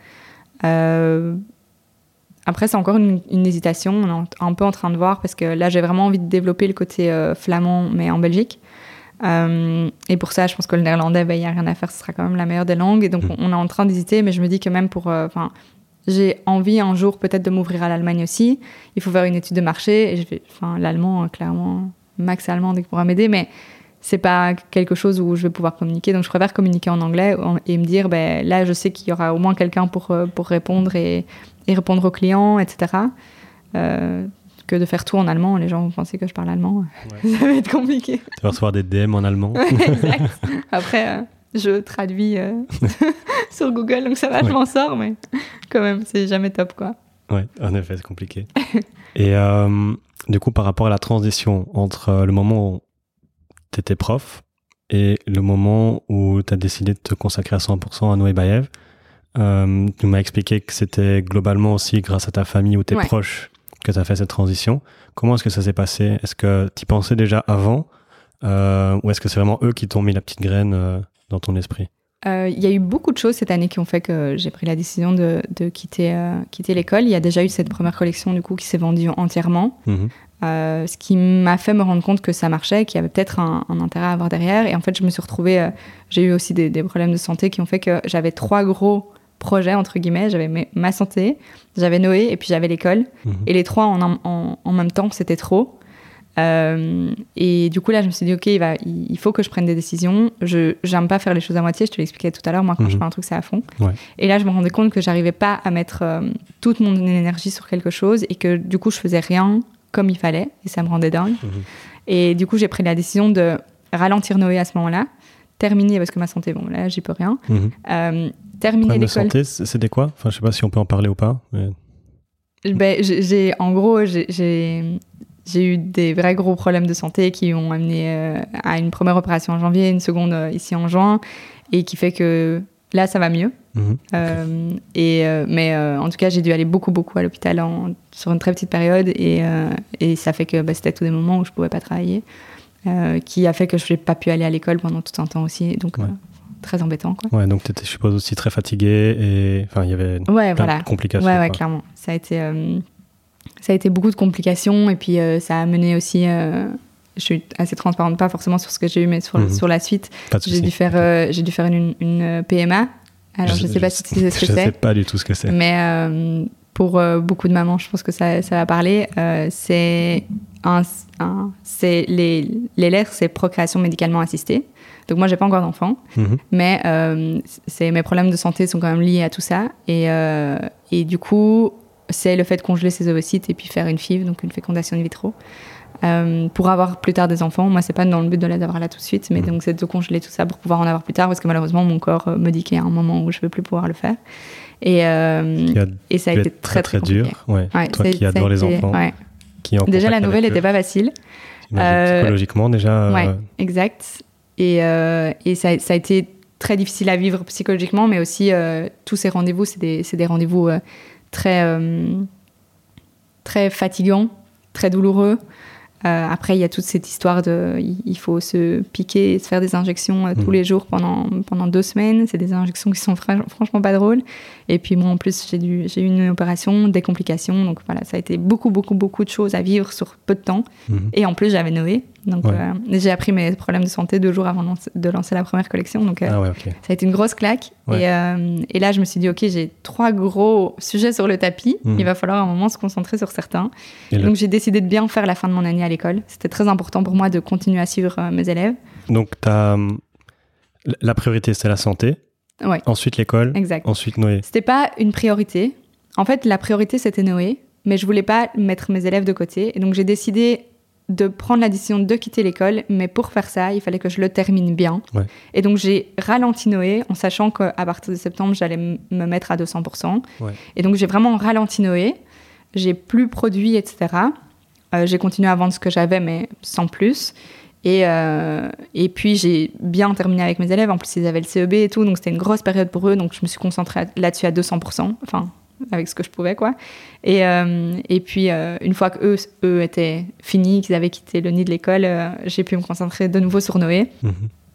Euh, après, c'est encore une, une hésitation. On est un peu en train de voir parce que là, j'ai vraiment envie de développer le côté euh, flamand, mais en Belgique. Euh, et pour ça, je pense que le néerlandais, il n'y a rien à faire. Ce sera quand même la meilleure des langues. Et donc, mmh. on est en train d'hésiter. Mais je me dis que même pour... Enfin, euh, j'ai envie un jour peut-être de m'ouvrir à l'Allemagne aussi. Il faut faire une étude de marché. Et je vais, enfin, l'allemand, euh, clairement, max allemand, dès qu'il pourra m'aider. Mais c'est pas quelque chose où je vais pouvoir communiquer. Donc, je préfère communiquer en anglais et me dire, ben, là, je sais qu'il y aura au moins quelqu'un pour, pour répondre et, et répondre aux clients, et cetera. Euh, que de faire tout en allemand. Les gens vont penser que je parle allemand. Ouais. Ça va être compliqué. Tu vas recevoir des D M en allemand. Exact. Après, euh, je traduis euh, sur Google, donc ça va, ouais. je m'en sors, mais quand même, c'est jamais top, quoi. Ouais, en effet, c'est compliqué. Et euh, du coup, par rapport à la transition entre euh, le moment où tu étais prof et le moment où tu as décidé de te consacrer à cent pour cent à Noé Bayev, euh, tu m'as expliqué que c'était globalement aussi grâce à ta famille ou tes ouais. proches que tu as fait cette transition. Comment est-ce que ça s'est passé ? Est-ce que tu y pensais déjà avant euh, ou est-ce que c'est vraiment eux qui t'ont mis la petite graine euh, dans ton esprit ? Il euh, y a eu beaucoup de choses cette année qui ont fait que j'ai pris la décision de, de quitter, euh, quitter l'école. Il y a déjà eu cette première collection du coup, qui s'est vendue entièrement, mmh. euh, ce qui m'a fait me rendre compte que ça marchait, qu'il y avait peut-être un, un intérêt à avoir derrière. Et en fait, je me suis retrouvée... Euh, j'ai eu aussi des, des problèmes de santé qui ont fait que j'avais trois gros projets, entre guillemets. J'avais mes, ma santé, j'avais Noé et puis j'avais l'école. Mmh. Et les trois en, en, en même temps, c'était trop. Euh, et du coup là je me suis dit ok il, va, il faut que je prenne des décisions. Je j'aime pas faire les choses à moitié, je te l'expliquais tout à l'heure, moi quand mmh. je fais un truc c'est à fond, ouais. Et là je me rendais compte que j'arrivais pas à mettre euh, toute mon énergie sur quelque chose et que du coup je faisais rien comme il fallait et ça me rendait dingue. Mmh. Et du coup j'ai pris la décision de ralentir Noé à ce moment là, terminer parce que ma santé, bon là j'y peux rien, mmh. euh, terminer l'école. Santé, c'était quoi ? Enfin je sais pas si on peut en parler ou pas, mais... ben, j'ai, j'ai en gros j'ai, j'ai J'ai eu des vrais gros problèmes de santé qui ont amené euh, à une première opération en janvier, une seconde euh, ici en juin, et qui fait que là, ça va mieux. Mmh, euh, okay. et, euh, mais euh, en tout cas, j'ai dû aller beaucoup, beaucoup à l'hôpital en, sur une très petite période, et, euh, et ça fait que bah, c'était tous des moments où je ne pouvais pas travailler, euh, qui a fait que je n'ai pas pu aller à l'école pendant tout un temps aussi. Donc, ouais. euh, très embêtant, quoi. Ouais, donc tu étais, je suppose, aussi très fatiguée, et enfin, il y avait ouais, plein voilà. de complications. Ouais, ouais, clairement. Ça a été... Euh, Ça a été beaucoup de complications et puis euh, ça a amené aussi... Euh, je suis assez transparente, pas forcément sur ce que j'ai eu, mais sur, mmh. sur la suite. Pas de j'ai souci. dû faire, euh, j'ai dû faire une, une P M A. Alors, je ne sais pas si tu sais ce que c'est. Je c'est. sais pas du tout ce que c'est. Mais euh, pour euh, beaucoup de mamans, je pense que ça, ça va parler. Euh, c'est un, un, c'est les, les L E R, c'est procréation médicalement assistée. Donc moi, j'ai pas encore d'enfant, mmh. mais euh, c'est, mes problèmes de santé sont quand même liés à tout ça. Et, euh, et du coup, c'est le fait de congeler ses ovocytes et puis faire une F I V, donc une fécondation in vitro, euh, pour avoir plus tard des enfants. Moi, c'est pas dans le but de les avoir là tout de suite, mais mmh. donc c'est de congeler tout ça pour pouvoir en avoir plus tard, parce que malheureusement, mon corps me dit qu'il y a un moment où je vais plus pouvoir le faire. Et, euh, a, et ça a été très, très, très dur. Ouais. Ouais, Toi qui adores les enfants. Ouais. Qui en déjà, la nouvelle n'était pas facile. Euh, psychologiquement, déjà. Ouais, euh... exact. Et, euh, et ça, ça a été très difficile à vivre psychologiquement, mais aussi euh, tous ces rendez-vous, c'est des, c'est des rendez-vous euh, très, euh, très fatigants, très douloureux. Euh, après, il y a toute cette histoire de... Il faut se piquer et se faire des injections euh, mmh. tous les jours pendant, pendant deux semaines. C'est des injections qui sont fr- franchement pas drôles. Et puis moi, en plus, j'ai, dû, j'ai eu une opération, des complications. Donc voilà, ça a été beaucoup, beaucoup, beaucoup de choses à vivre sur peu de temps. Mmh. Et en plus, j'avais Noé. Donc ouais. euh, j'ai appris mes problèmes de santé deux jours avant de lancer la première collection. Donc euh, ah ouais, okay. ça a été une grosse claque. Ouais. Et, euh, et là, je me suis dit, OK, j'ai trois gros sujets sur le tapis. Mmh. Il va falloir à un moment se concentrer sur certains. Et et le... Donc j'ai décidé de bien faire la fin de mon année à l'école. C'était très important pour moi de continuer à suivre euh, mes élèves. Donc t'as... la priorité, c'est la santé. Ouais. Ensuite l'école. Exact. Ensuite Noé. C'était pas une priorité. En fait, la priorité, c'était Noé. Mais je voulais pas mettre mes élèves de côté. Et donc j'ai décidé de prendre la décision de quitter l'école, mais pour faire ça, il fallait que je le termine bien. Ouais. Et donc, j'ai ralenti Noé en sachant qu'à partir de septembre, j'allais m- me mettre à deux cents pour cent. Ouais. Et donc, j'ai vraiment ralenti Noé. J'ai plus produit, et cetera. Euh, j'ai continué à vendre ce que j'avais, mais sans plus. Et, euh, et puis, j'ai bien terminé avec mes élèves. En plus, ils avaient le C E B et tout, donc c'était une grosse période pour eux. Donc, je me suis concentrée là-dessus à deux cents pour cent. Enfin... avec ce que je pouvais, quoi. Et, euh, et puis, euh, une fois qu'eux eux étaient finis, qu'ils avaient quitté le nid de l'école, euh, j'ai pu me concentrer de nouveau sur Noé, mmh.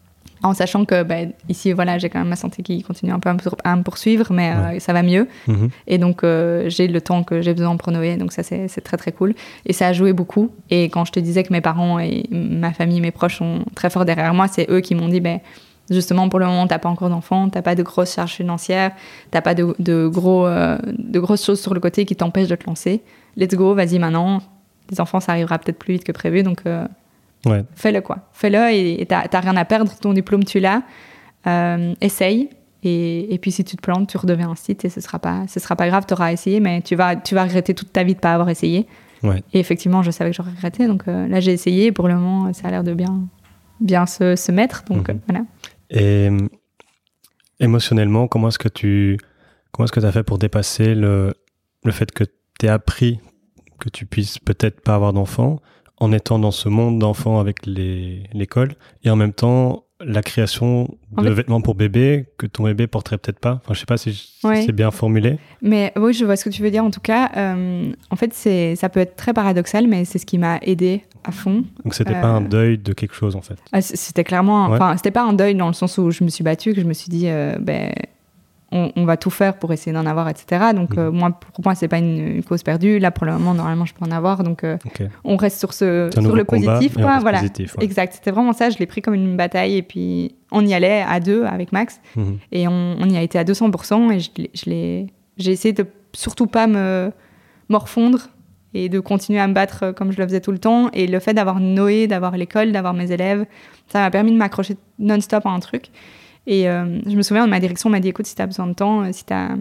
en sachant que, bah, ici, voilà, j'ai quand même ma santé qui continue un peu à me, à me poursuivre, mais ouais. euh, ça va mieux. Mmh. Et donc, euh, j'ai le temps que j'ai besoin pour Noé, donc ça, c'est, c'est très, très cool. Et ça a joué beaucoup. Et quand je te disais que mes parents et ma famille, mes proches sont très forts derrière moi, c'est eux qui m'ont dit... Bah, justement, pour le moment, t'as pas encore d'enfants, t'as pas de grosses charges financières, t'as pas de, de, gros, euh, de grosses choses sur le côté qui t'empêchent de te lancer. Let's go, vas-y maintenant. Les enfants, ça arrivera peut-être plus vite que prévu, donc euh, ouais. fais-le, quoi. Fais-le et, et t'as, t'as rien à perdre, ton diplôme, tu l'as. Euh, essaye. Et, et puis, si tu te plantes, tu redeviens un site et ce sera pas, ce sera pas grave, t'auras essayé, mais tu vas, tu vas regretter toute ta vie de pas avoir essayé. Ouais. Et effectivement, je savais que j'aurais regretté, donc euh, là, j'ai essayé et pour le moment, ça a l'air de bien, bien se, se mettre, donc mm-hmm. euh, voilà. Et émotionnellement, comment est-ce que tu comment est-ce que tu as fait pour dépasser le, le fait que tu aies appris que tu puisses peut-être pas avoir d'enfants en étant dans ce monde d'enfants avec les, l'école et en même temps la création de en fait, vêtements pour bébé que ton bébé porterait peut-être pas. Enfin, je sais pas si, je, ouais. si c'est bien formulé. Mais oui, je vois ce que tu veux dire. En tout cas, euh, en fait, c'est, ça peut être très paradoxal, mais c'est ce qui m'a aidée à fond. Donc, c'était euh, pas un deuil de quelque chose, en fait. C'était clairement... Enfin, ouais. c'était pas un deuil dans le sens où je me suis battue, que je me suis dit, euh, ben... On, on va tout faire pour essayer d'en avoir, et cetera. Donc, mmh. euh, moi, pour moi, c'est pas une, une cause perdue. Là, pour le moment, normalement, je peux en avoir. Donc, euh, okay. on reste sur, ce, sur le positif. Quoi. Voilà. Positif, ouais. Exact. C'était vraiment ça. Je l'ai pris comme une bataille. Et puis, on y allait à deux avec Max. Mmh. Et on, on y a été à deux cents pour cent. Et je, je l'ai, j'ai essayé de surtout pas me morfondre et de continuer à me battre comme je le faisais tout le temps. Et le fait d'avoir Noé, d'avoir l'école, d'avoir mes élèves, ça m'a permis de m'accrocher non-stop à un truc. Et euh, je me souviens, ma direction m'a dit, écoute, si tu as besoin de temps, si tu as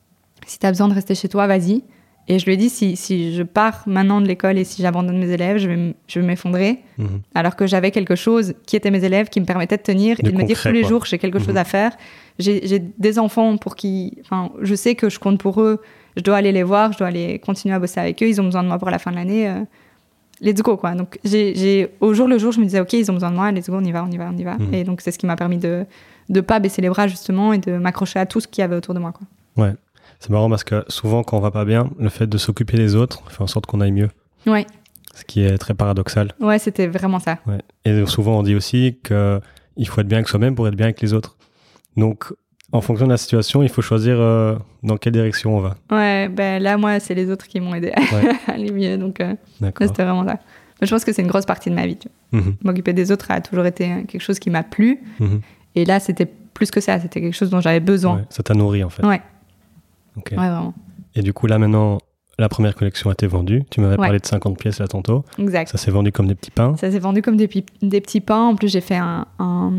si t'as besoin de rester chez toi, vas-y. Et je lui ai dit, si, si je pars maintenant de l'école et si j'abandonne mes élèves, je vais, je vais m'effondrer. Mmh. Alors que j'avais quelque chose qui était mes élèves, qui me permettait de tenir de et de concret, me dire tous les quoi. jours, j'ai quelque mmh. chose à faire. J'ai, j'ai des enfants pour qui... Enfin, je sais que je compte pour eux. Je dois aller les voir, je dois aller continuer à bosser avec eux. Ils ont besoin de moi pour la fin de l'année. Euh, let's go, quoi. Donc, j'ai, j'ai, au jour le jour, je me disais, OK, ils ont besoin de moi, let's go, on y va, on y va, on y va. Mmh. Et donc, c'est ce qui m'a permis de ne pas baisser les bras, justement, et de m'accrocher à tout ce qu'il y avait autour de moi, quoi. Ouais. C'est marrant parce que souvent, quand on va pas bien, le fait de s'occuper des autres fait en sorte qu'on aille mieux. Ouais. Ce qui est très paradoxal. Ouais, c'était vraiment ça. Ouais. Et souvent, on dit aussi qu'il faut être bien avec soi-même pour être bien avec les autres. Donc, en fonction de la situation, il faut choisir euh, dans quelle direction on va. Ouais, ben là, moi, c'est les autres qui m'ont aidé ouais. à aller mieux. Donc, euh, là, c'était vraiment ça. Mais je pense que c'est une grosse partie de ma vie. Tu vois. Mm-hmm. M'occuper des autres a toujours été quelque chose qui m'a plu. Mm-hmm. Et là, c'était plus que ça. C'était quelque chose dont j'avais besoin. Ouais, ça t'a nourri, en fait. Ouais. Okay. Ouais, vraiment. Et du coup, là, maintenant, la première collection a été vendue. Tu m'avais ouais. parlé de cinquante pièces là tantôt. Exact. Ça s'est vendu comme des petits pains. Ça s'est vendu comme des, pi- des petits pains. En plus, j'ai fait un, un,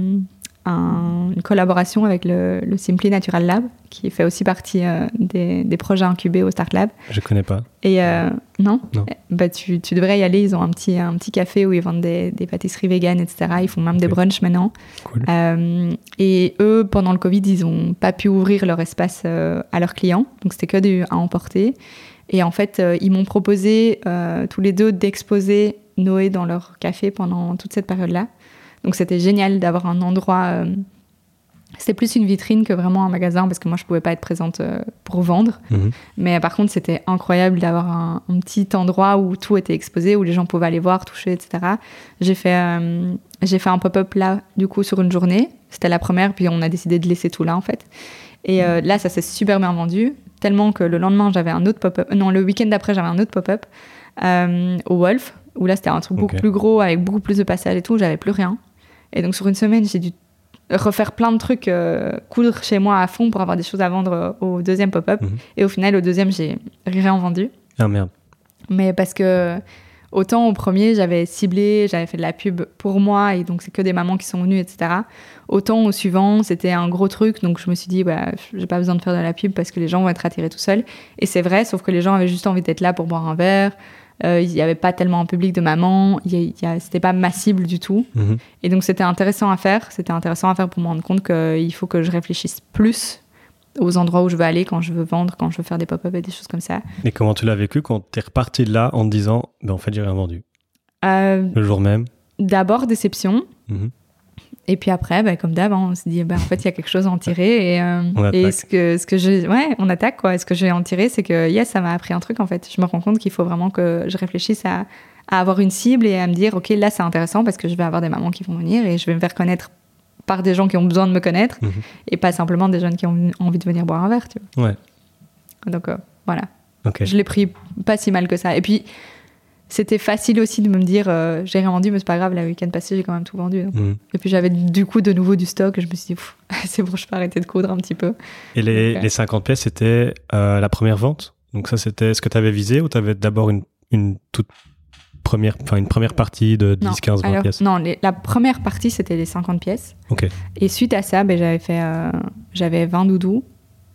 un, une collaboration avec le, le Simply Natural Lab, qui fait aussi partie euh, des, des projets incubés au Start Lab. Je connais pas. Et euh, non, non. Bah, tu, tu devrais y aller. Ils ont un petit, un petit café où ils vendent des, des pâtisseries véganes, et cetera. Ils font même okay. des brunchs maintenant. Cool. Euh, et eux, pendant le Covid, ils n'ont pas pu ouvrir leur espace euh, à leurs clients. Donc, c'était que du à emporter. Et en fait, euh, ils m'ont proposé euh, tous les deux d'exposer Noé dans leur café pendant toute cette période-là. Donc, c'était génial d'avoir un endroit... Euh, c'était plus une vitrine que vraiment un magasin parce que moi, je ne pouvais pas être présente euh, pour vendre. Mmh. Mais par contre, c'était incroyable d'avoir un, un petit endroit où tout était exposé, où les gens pouvaient aller voir, toucher, et cetera. J'ai fait, euh, j'ai fait un pop-up là, du coup, sur une journée. C'était la première, puis on a décidé de laisser tout là, en fait. Et euh, là, ça s'est super bien vendu. Tellement que le lendemain, j'avais un autre pop-up. Non, le week-end d'après, j'avais un autre pop-up euh, au Wolf, où là, c'était un truc beaucoup okay. plus gros, avec beaucoup plus de passages et tout. J'avais plus rien. Et donc, sur une semaine, j'ai dû refaire plein de trucs, euh, coudre chez moi à fond pour avoir des choses à vendre au deuxième pop-up. Mm-hmm. Et au final, au deuxième, j'ai rien vendu. Ah merde. Mais parce que autant au premier, j'avais ciblé, j'avais fait de la pub pour moi, et donc c'est que des mamans qui sont venues, et cetera. Autant au suivant, c'était un gros truc, donc je me suis dit, bah, j'ai pas besoin de faire de la pub parce que les gens vont être attirés tout seuls. Et c'est vrai, sauf que les gens avaient juste envie d'être là pour boire un verre. Euh, il n'y avait pas tellement un public de mamans, il y a, il y a, c'était pas ma cible du tout. Mmh. Et donc c'était intéressant à faire, c'était intéressant à faire pour me rendre compte qu'il faut que je réfléchisse plus aux endroits où je veux aller, quand je veux vendre, quand je veux faire des pop-up et des choses comme ça. Et comment tu l'as vécu quand tu es reparti de là en te disant, ben en fait j'ai rien vendu euh, le jour même? D'abord déception. Mmh. Et puis après, bah, comme d'hab, hein, on se dit, bah, en fait, il y a quelque chose à en tirer. Et, euh, et ce que, ce que je, ouais, on attaque, quoi. Et ce que je vais en tirer, c'est que, yes, ça m'a appris un truc, en fait. Je me rends compte qu'il faut vraiment que je réfléchisse à, à avoir une cible et à me dire, OK, là, c'est intéressant parce que je vais avoir des mamans qui vont venir et je vais me faire connaître par des gens qui ont besoin de me connaître mmh. et pas simplement des jeunes qui ont envie de venir boire un verre, tu vois. Ouais. Donc, euh, voilà. Okay. Je l'ai pris pas si mal que ça. Et puis, c'était facile aussi de me dire euh, j'ai rien vendu, mais c'est pas grave, le week-end passé, j'ai quand même tout vendu. Mmh. Et puis j'avais du coup de nouveau du stock, et je me suis dit c'est bon, je peux arrêter de coudre un petit peu. Et les, Donc, euh... les cinquante pièces, c'était euh, la première vente? Donc ça, c'était ce que tu avais visé ou tu avais d'abord une, une toute première, enfin une première partie de dix, quinze, vingt alors, pièces? Non, les, la première partie, c'était les cinquante pièces. Okay. Et suite à ça, ben, j'avais fait euh, j'avais vingt doudous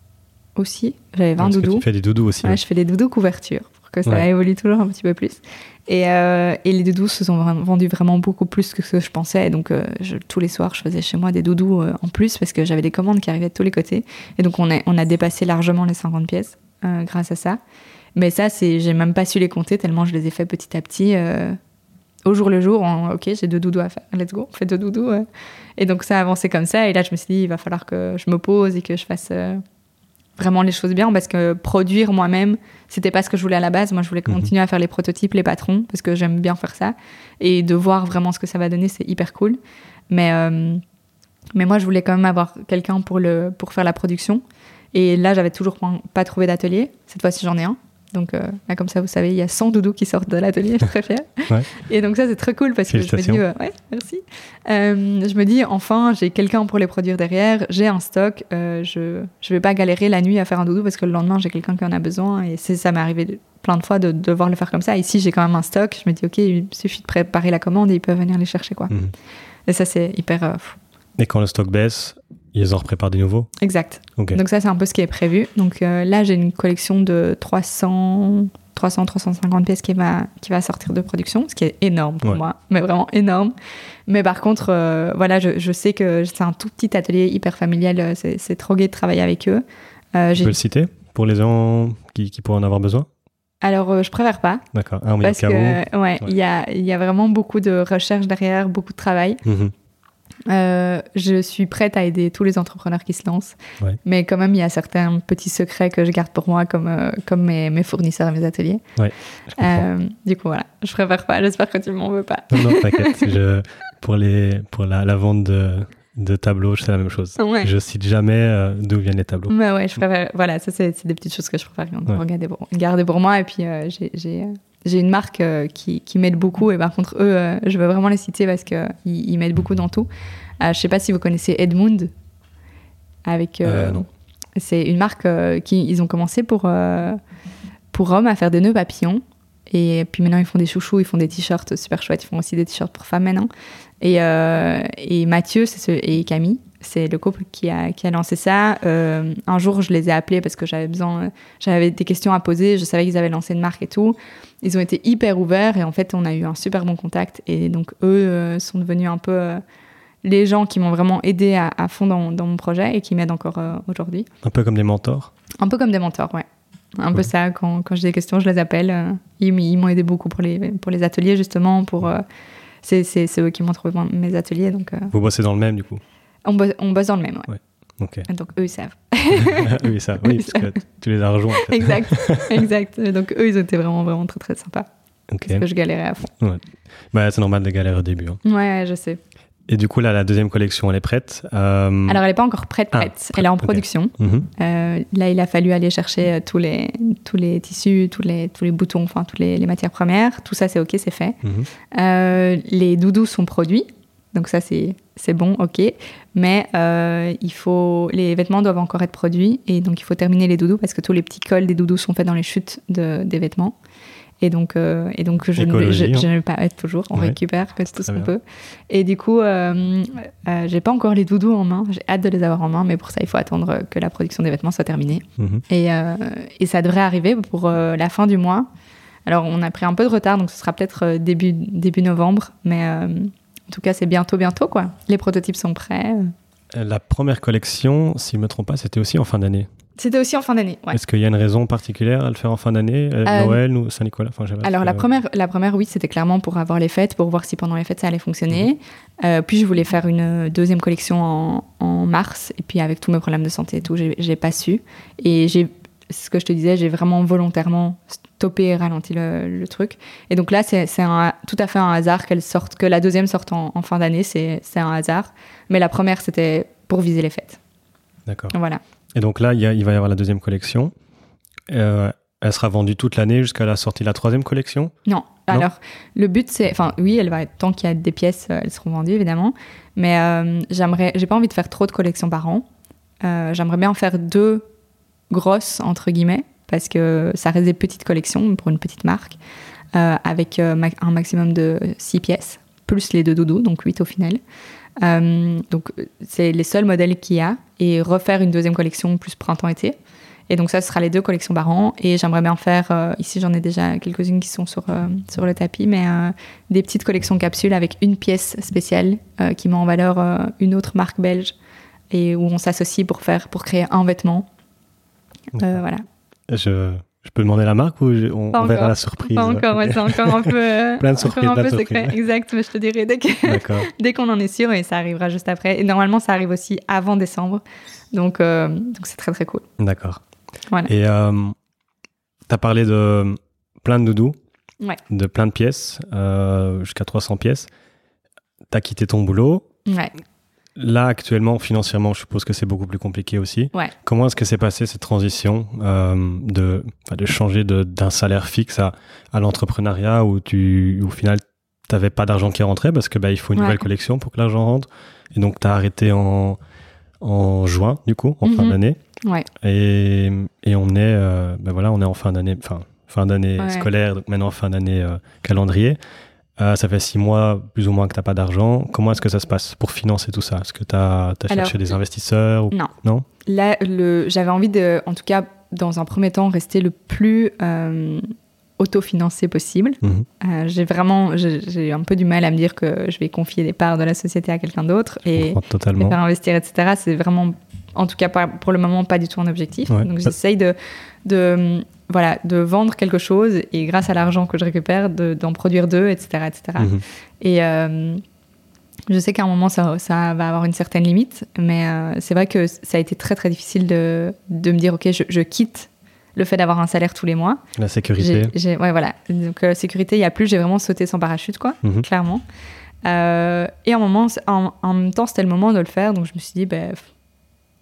aussi. J'avais vingt Parce doudous. Que tu fais des doudous aussi. Ouais, ouais. Je fais des doudous couverture. Que ça ouais. évolue toujours un petit peu plus. Et, euh, et les doudous se sont vendus vraiment beaucoup plus que ce que je pensais. Et donc, euh, je, tous les soirs, je faisais chez moi des doudous euh, en plus parce que j'avais des commandes qui arrivaient de tous les côtés. Et donc, on a, on a dépassé largement les cinquante pièces euh, grâce à ça. Mais ça, c'est, j'ai même pas su les compter tellement je les ai fait petit à petit, euh, au jour le jour. En, ok, j'ai deux doudous à faire. Let's go, on fait deux doudous. Ouais. Et donc, ça a avancé comme ça. Et là, je me suis dit, il va falloir que je me pose et que je fasse... Euh, vraiment les choses bien parce que produire moi-même, c'était pas ce que je voulais à la base. Moi, je voulais continuer mmh. à faire les prototypes, les patrons, parce que j'aime bien faire ça. Et de voir vraiment ce que ça va donner, c'est hyper cool. Mais, euh, mais moi, je voulais quand même avoir quelqu'un pour, le, pour faire la production. Et là, j'avais toujours pas trouvé d'atelier. Cette fois-ci, j'en ai un. Donc euh, là, comme ça, vous savez, il y a cent doudous qui sortent de l'atelier. Je suis très fière. Ouais. Et donc ça, c'est très cool parce que je me dis... Euh, ouais, merci. Euh, je me dis, enfin, j'ai quelqu'un pour les produire derrière. J'ai un stock. Euh, je je vais pas galérer la nuit à faire un doudou parce que le lendemain, j'ai quelqu'un qui en a besoin. Et c'est, ça m'est arrivé plein de fois de, de devoir le faire comme ça. Ici, j'ai quand même un stock. Je me dis, OK, il suffit de préparer la commande et ils peuvent venir les chercher, quoi. Mmh. Et ça, c'est hyper... Euh, fou. Et quand le stock baisse, ils en repréparent des nouveaux? Exact. Okay. Donc ça, c'est un peu ce qui est prévu. Donc euh, là, j'ai une collection de trois cents, trois cents, trois cent cinquante pièces qui va, qui va sortir de production, ce qui est énorme pour ouais. moi, mais vraiment énorme. Mais par contre, euh, voilà, je, je sais que c'est un tout petit atelier hyper familial. C'est, c'est trop gai de travailler avec eux. Euh, tu j'ai... peux le citer pour les gens qui, qui pourraient en avoir besoin? Alors, euh, je préfère pas. D'accord. Ah, parce que, ouais, ouais. Il y a, il y a vraiment beaucoup de recherche derrière, beaucoup de travail. Mm-hmm. Euh, je suis prête à aider tous les entrepreneurs qui se lancent, ouais. mais quand même il y a certains petits secrets que je garde pour moi, comme, euh, comme mes, mes fournisseurs et mes ateliers. Ouais, euh, du coup voilà, je préfère pas, j'espère que tu m'en veux pas. Non, non t'inquiète, je, pour, les, pour la, la vente de, de tableaux, c'est la même chose. Ouais. Je cite jamais euh, d'où viennent les tableaux. Mais ouais, je préfère, voilà, ça c'est, c'est des petites choses que je préfère ouais. regarder pour, garder pour moi, et puis euh, j'ai, j'ai, j'ai une marque euh, qui, qui m'aide beaucoup, et par contre, eux, euh, je veux vraiment les citer parce qu'ils ils m'aident beaucoup dans tout. Euh, je sais pas si vous connaissez Edmund. Avec, euh, euh, non. C'est une marque euh, qui ils ont commencé pour, euh, pour hommes à faire des nœuds papillons. Et puis maintenant, ils font des chouchous, ils font des t-shirts super chouettes. Ils font aussi des t-shirts pour femmes maintenant. Et, euh, et Mathieu c'est ce, et Camille, c'est le couple qui a, qui a lancé ça. Euh, un jour, je les ai appelés parce que j'avais besoin, j'avais des questions à poser. Je savais qu'ils avaient lancé une marque et tout. Ils ont été hyper ouverts et en fait, on a eu un super bon contact. Et donc, eux euh, sont devenus un peu euh, les gens qui m'ont vraiment aidé à, à fond dans, dans mon projet et qui m'aident encore euh, aujourd'hui. Un peu comme des mentors. Un peu comme des mentors, ouais. Un cool. peu ça, quand, quand j'ai des questions, je les appelle. Euh, ils, ils m'ont aidé beaucoup pour les, pour les ateliers, justement. Pour, euh, c'est, c'est, c'est eux qui m'ont trouvé mes ateliers. Donc, euh, Vous bossez dans le même, du coup? On bosse, on bosse dans le même, ouais. ouais. Okay. Donc, eux, ils savent. oui, ils savent. Oui, parce que tu les as rejoints. En fait. Exact, exact. Donc, eux, ils ont été vraiment, vraiment très, très sympas. Okay. Parce que je galérais à fond. Ouais. Bah, c'est normal de galérer au début. Hein. Ouais, ouais, je sais. Et du coup, là, la deuxième collection, elle est prête euh... Alors, elle n'est pas encore prête, prête. Ah, elle est en production. Okay. Mm-hmm. Euh, là, il a fallu aller chercher tous les, tous les tissus, tous les, tous les boutons, enfin, toutes les, les matières premières. Tout ça, c'est OK, c'est fait. Mm-hmm. Euh, les doudous sont produits. Donc ça, c'est, c'est bon, OK. Mais euh, il faut, les vêtements doivent encore être produits. Et donc, il faut terminer les doudous parce que tous les petits cols des doudous sont faits dans les chutes de, des vêtements. Et donc, euh, et donc je, ne, je, je ne vais pas être toujours, on ouais. récupère tout ce qu'on peut. Et du coup, euh, euh, j'ai pas encore les doudous en main, j'ai hâte de les avoir en main, mais pour ça, il faut attendre que la production des vêtements soit terminée. Mm-hmm. Et, euh, et ça devrait arriver pour euh, la fin du mois. Alors, on a pris un peu de retard, donc ce sera peut-être début, début novembre, mais euh, en tout cas, c'est bientôt, bientôt, quoi. Les prototypes sont prêts. La première collection, si je ne me trompe pas, c'était aussi en fin d'année. C'était aussi en fin d'année, ouais. Est-ce qu'il y a une raison particulière à le faire en fin d'année, euh, euh, Noël ou Saint-Nicolas enfin, Alors, la, euh... première, la première, oui, c'était clairement pour avoir les fêtes, pour voir si pendant les fêtes, ça allait fonctionner. Mmh. Euh, puis, je voulais faire une deuxième collection en, en mars. Et puis, avec tous mes problèmes de santé et tout, j'ai, j'ai pas su. Et j'ai, ce que je te disais, j'ai vraiment volontairement stoppé et ralenti le, le truc. Et donc là, c'est, c'est un, tout à fait un hasard qu'elle sorte, que la deuxième sorte en, en fin d'année. C'est, c'est un hasard. Mais la première, c'était pour viser les fêtes. D'accord. Voilà. Et donc là, il, y a, il va y avoir la deuxième collection. Euh, elle sera vendue toute l'année jusqu'à la sortie de la troisième collection ? Non. non. Alors, le but, c'est... Enfin, oui, elle va, tant qu'il y a des pièces, elles seront vendues, évidemment. Mais euh, j'aimerais... J'ai pas envie de faire trop de collections par an. Euh, j'aimerais bien en faire deux grosses, entre guillemets, parce que ça reste des petites collections pour une petite marque, euh, avec euh, un maximum de six pièces, plus les deux doudous, donc huit au final. Euh, donc, c'est les seuls modèles qu'il y a. Et refaire une deuxième collection plus printemps-été. Et donc ça, ce sera les deux collections par an. Et j'aimerais bien faire, euh, ici j'en ai déjà quelques-unes qui sont sur, euh, sur le tapis, mais euh, des petites collections capsules avec une pièce spéciale euh, qui met en valeur euh, une autre marque belge et où on s'associe pour, faire, pour créer un vêtement. Euh, voilà. Je... Je peux demander la marque ou je, on, on verra la surprise? Pas encore, ouais, c'est encore un peu, euh, plein de surprises, encore un peu plein de secret. surprises. Exact, mais je te dirai dès, que dès qu'on en est sûr et ça arrivera juste après. Et normalement, ça arrive aussi avant décembre. Donc, euh, donc c'est très, très cool. D'accord. Voilà. Et euh, tu as parlé de plein de doudous, ouais. de plein de pièces, euh, jusqu'à trois cents pièces. Tu as quitté ton boulot. Ouais. Là, actuellement, financièrement, je suppose que c'est beaucoup plus compliqué aussi. Ouais. Comment est-ce que s'est passée cette transition euh, de, de changer de, d'un salaire fixe à, à l'entrepreneuriat où, tu, où au final, tu n'avais pas d'argent qui rentrait parce que bah, il faut une ouais. nouvelle collection pour que l'argent rentre. Et donc, tu as arrêté en, en juin, du coup, en mm-hmm. fin d'année. Ouais. Et, et on, est, euh, ben voilà, on est en fin d'année, fin, fin d'année ouais. scolaire, donc maintenant fin d'année euh, calendrier. Euh, ça fait six mois, plus ou moins, que tu n'as pas d'argent. Comment est-ce que ça se passe pour financer tout ça? Est-ce que tu as cherché des investisseurs ou... Non. Non. Là, le, j'avais envie de, en tout cas, dans un premier temps, rester le plus euh, autofinancé possible. Mmh. Euh, j'ai vraiment, j'ai, j'ai un peu du mal à me dire que je vais confier des parts de la société à quelqu'un d'autre et les faire investir, et cetera. C'est vraiment, en tout cas, pas, pour le moment, pas du tout un objectif. Ouais. Donc, j'essaye de... de Voilà, de vendre quelque chose et grâce à l'argent que je récupère, de, d'en produire deux, et cetera et cetera. Mmh. Et euh, je sais qu'à un moment, ça, ça va avoir une certaine limite, mais euh, c'est vrai que ça a été très, très difficile de, de me dire, OK, je, je quitte le fait d'avoir un salaire tous les mois. La sécurité. J'ai, j'ai, ouais, voilà. Donc, la euh, sécurité, il n'y a plus, j'ai vraiment sauté sans parachute, quoi, mmh. clairement. Euh, et à un moment, en, en même temps, c'était le moment de le faire, donc je me suis dit, ben...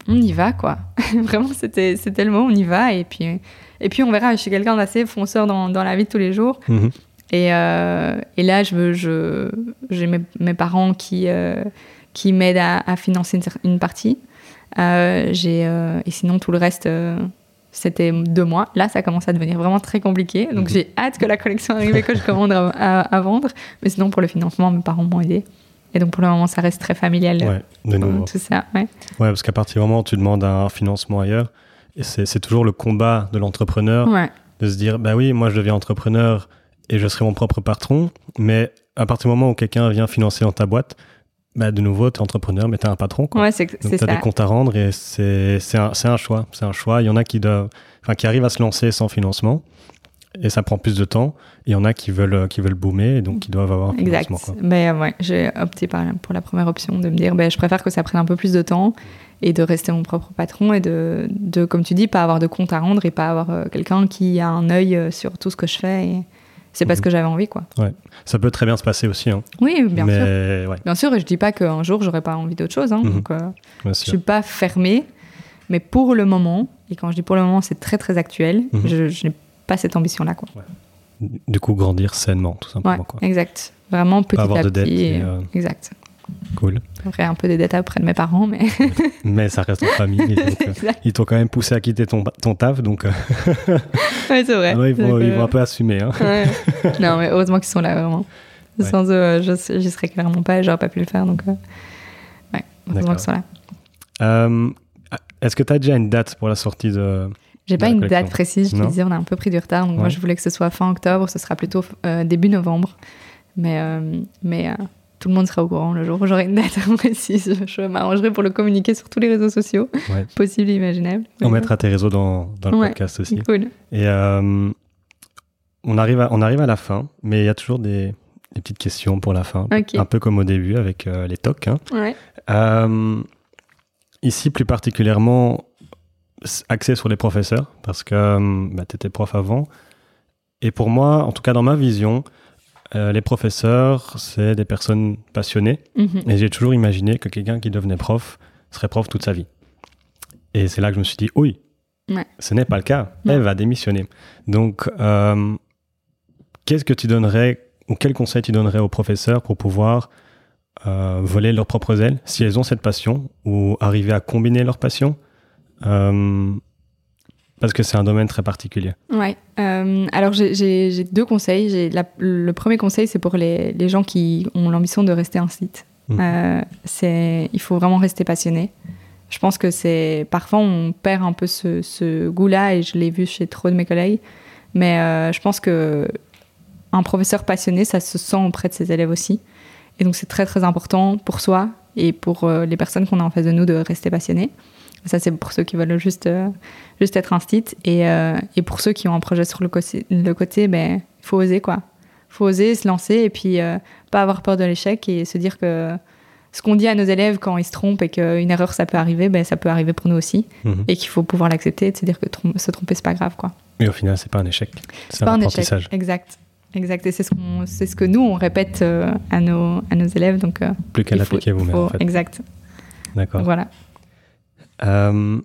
on y va, quoi. Vraiment, c'était, c'était le mot, on y va. Et puis, et puis on verra. Je suis quelqu'un d'assez fonceur dans, dans la vie de tous les jours. Mhm. Et, euh, et là, je veux, je, j'ai mes, mes parents qui, euh, qui m'aident à, à financer une, une partie. Euh, j'ai, euh, et sinon, tout le reste, euh, c'était deux mois. Là, ça commence à devenir vraiment très compliqué. Donc, mmh. j'ai hâte que la collection arrive et que je commande à, à, à vendre. Mais sinon, pour le financement, mes parents m'ont aidé. Et donc, pour le moment, ça reste très familial. Ouais, de nouveau. Tout ça, ouais. Ouais, parce qu'à partir du moment où tu demandes un financement ailleurs, et c'est, c'est toujours le combat de l'entrepreneur ouais. de se dire, bah oui, moi, je deviens entrepreneur et je serai mon propre patron. Mais à partir du moment où quelqu'un vient financer dans ta boîte, bah, de nouveau, tu es entrepreneur, mais tu es un patron, quoi. Ouais, c'est, donc, c'est tu as des comptes à rendre et c'est, c'est, un, c'est un choix. C'est un choix. Il y en a qui, doivent, enfin, qui arrivent à se lancer sans financement et ça prend plus de temps. Il y en a qui veulent, qui veulent boomer et donc qui doivent avoir un exact. financement. Exact. Mais euh, ouais, j'ai opté par, pour la première option de me dire bah, je préfère que ça prenne un peu plus de temps et de rester mon propre patron et de, de comme tu dis, pas avoir de compte à rendre et pas avoir euh, quelqu'un qui a un œil sur tout ce que je fais. Et c'est parce mmh. que j'avais envie, quoi. Ouais. Ça peut très bien se passer aussi. Hein. Oui, bien Mais, sûr. Ouais. Bien sûr, et je dis pas qu'un jour, j'aurais pas envie d'autre chose. Hein, mmh. Donc, euh, je suis pas fermée. Mais pour le moment, et quand je dis pour le moment, c'est très, très actuel, mmh. je, je n'ai pas cette ambition-là, quoi. Ouais. Du coup, grandir sainement, tout simplement. Ouais, quoi. Exact. Vraiment petit pas avoir à de petit. Dettes et, euh... Exact. Cool. Après, un peu des dettes auprès de mes parents, mais... mais ça reste en famille. Donc, euh, ils t'ont quand même poussé à quitter ton, ton taf, donc... Euh... ouais, c'est vrai. Alors, ils, vont, donc, ils euh... vont un peu assumer. Hein. Ouais. Non, mais heureusement qu'ils sont là, vraiment. Ouais. Sans eux, euh, je, j'y serais clairement pas et j'aurais pas pu le faire, donc... Euh... Ouais, heureusement qu'ils sont là. Euh, est-ce que tu as déjà une date pour la sortie de... J'ai pas une date précise, je te disais, on a un peu pris du retard, donc ouais. moi je voulais que ce soit fin octobre, ce sera plutôt euh, début novembre. Mais, euh, mais euh, tout le monde sera au courant le jour où j'aurai une date précise. Je, je m'arrangerai pour le communiquer sur tous les réseaux sociaux, ouais. possibles et imaginables. On mettra tes réseaux dans, dans le ouais, podcast aussi. Cool. Et euh, on, arrive à, on arrive à la fin, mais il y a toujours des, des petites questions pour la fin, okay. un peu comme au début avec euh, les tocs. Hein. Ouais. Euh, ici, plus particulièrement, axé sur les professeurs, parce que bah, tu étais prof avant. Et pour moi, en tout cas dans ma vision, euh, les professeurs, c'est des personnes passionnées. Mm-hmm. Et j'ai toujours imaginé que quelqu'un qui devenait prof serait prof toute sa vie. Et c'est là que je me suis dit, oui, ouais. ce n'est pas le cas. Non. Elle va démissionner. Donc, euh, qu'est-ce que tu donnerais, ou quel conseil tu donnerais aux professeurs pour pouvoir euh, voler leurs propres ailes, si elles ont cette passion, ou arriver à combiner leur passion? Euh, parce que c'est un domaine très particulier. Ouais. Euh, alors j'ai, j'ai, j'ai deux conseils. J'ai la, le premier conseil, c'est pour les, les gens qui ont l'ambition de rester un site. Mmh. Euh, c'est, il faut vraiment rester passionné. Je pense que c'est parfois on perd un peu ce, ce goût-là et je l'ai vu chez trop de mes collègues. Mais euh, je pense que un professeur passionné, ça se sent auprès de ses élèves aussi. Et donc c'est très très important pour soi et pour euh, les personnes qu'on a en face de nous de rester passionnés. Ça, c'est pour ceux qui veulent juste, euh, juste être un site. Et, euh, et pour ceux qui ont un projet sur le côté, le côté ben, il faut oser, quoi. Il faut oser se lancer et puis euh, pas avoir peur de l'échec et se dire que ce qu'on dit à nos élèves quand ils se trompent et qu'une erreur, ça peut arriver, ben, ça peut arriver pour nous aussi. Mmh. Et qu'il faut pouvoir l'accepter et de se dire que trom- se tromper, c'est pas grave, quoi. Et au final, c'est pas un échec. C'est, c'est un un apprentissage. Échec. Exact. Exact. Et c'est ce, qu'on, c'est ce que nous, on répète euh, à, nos, à nos élèves. Donc, euh, plus qu'à l'appliquer vous-même, faut... en fait. Exact. D'accord. Donc, voilà. Euh,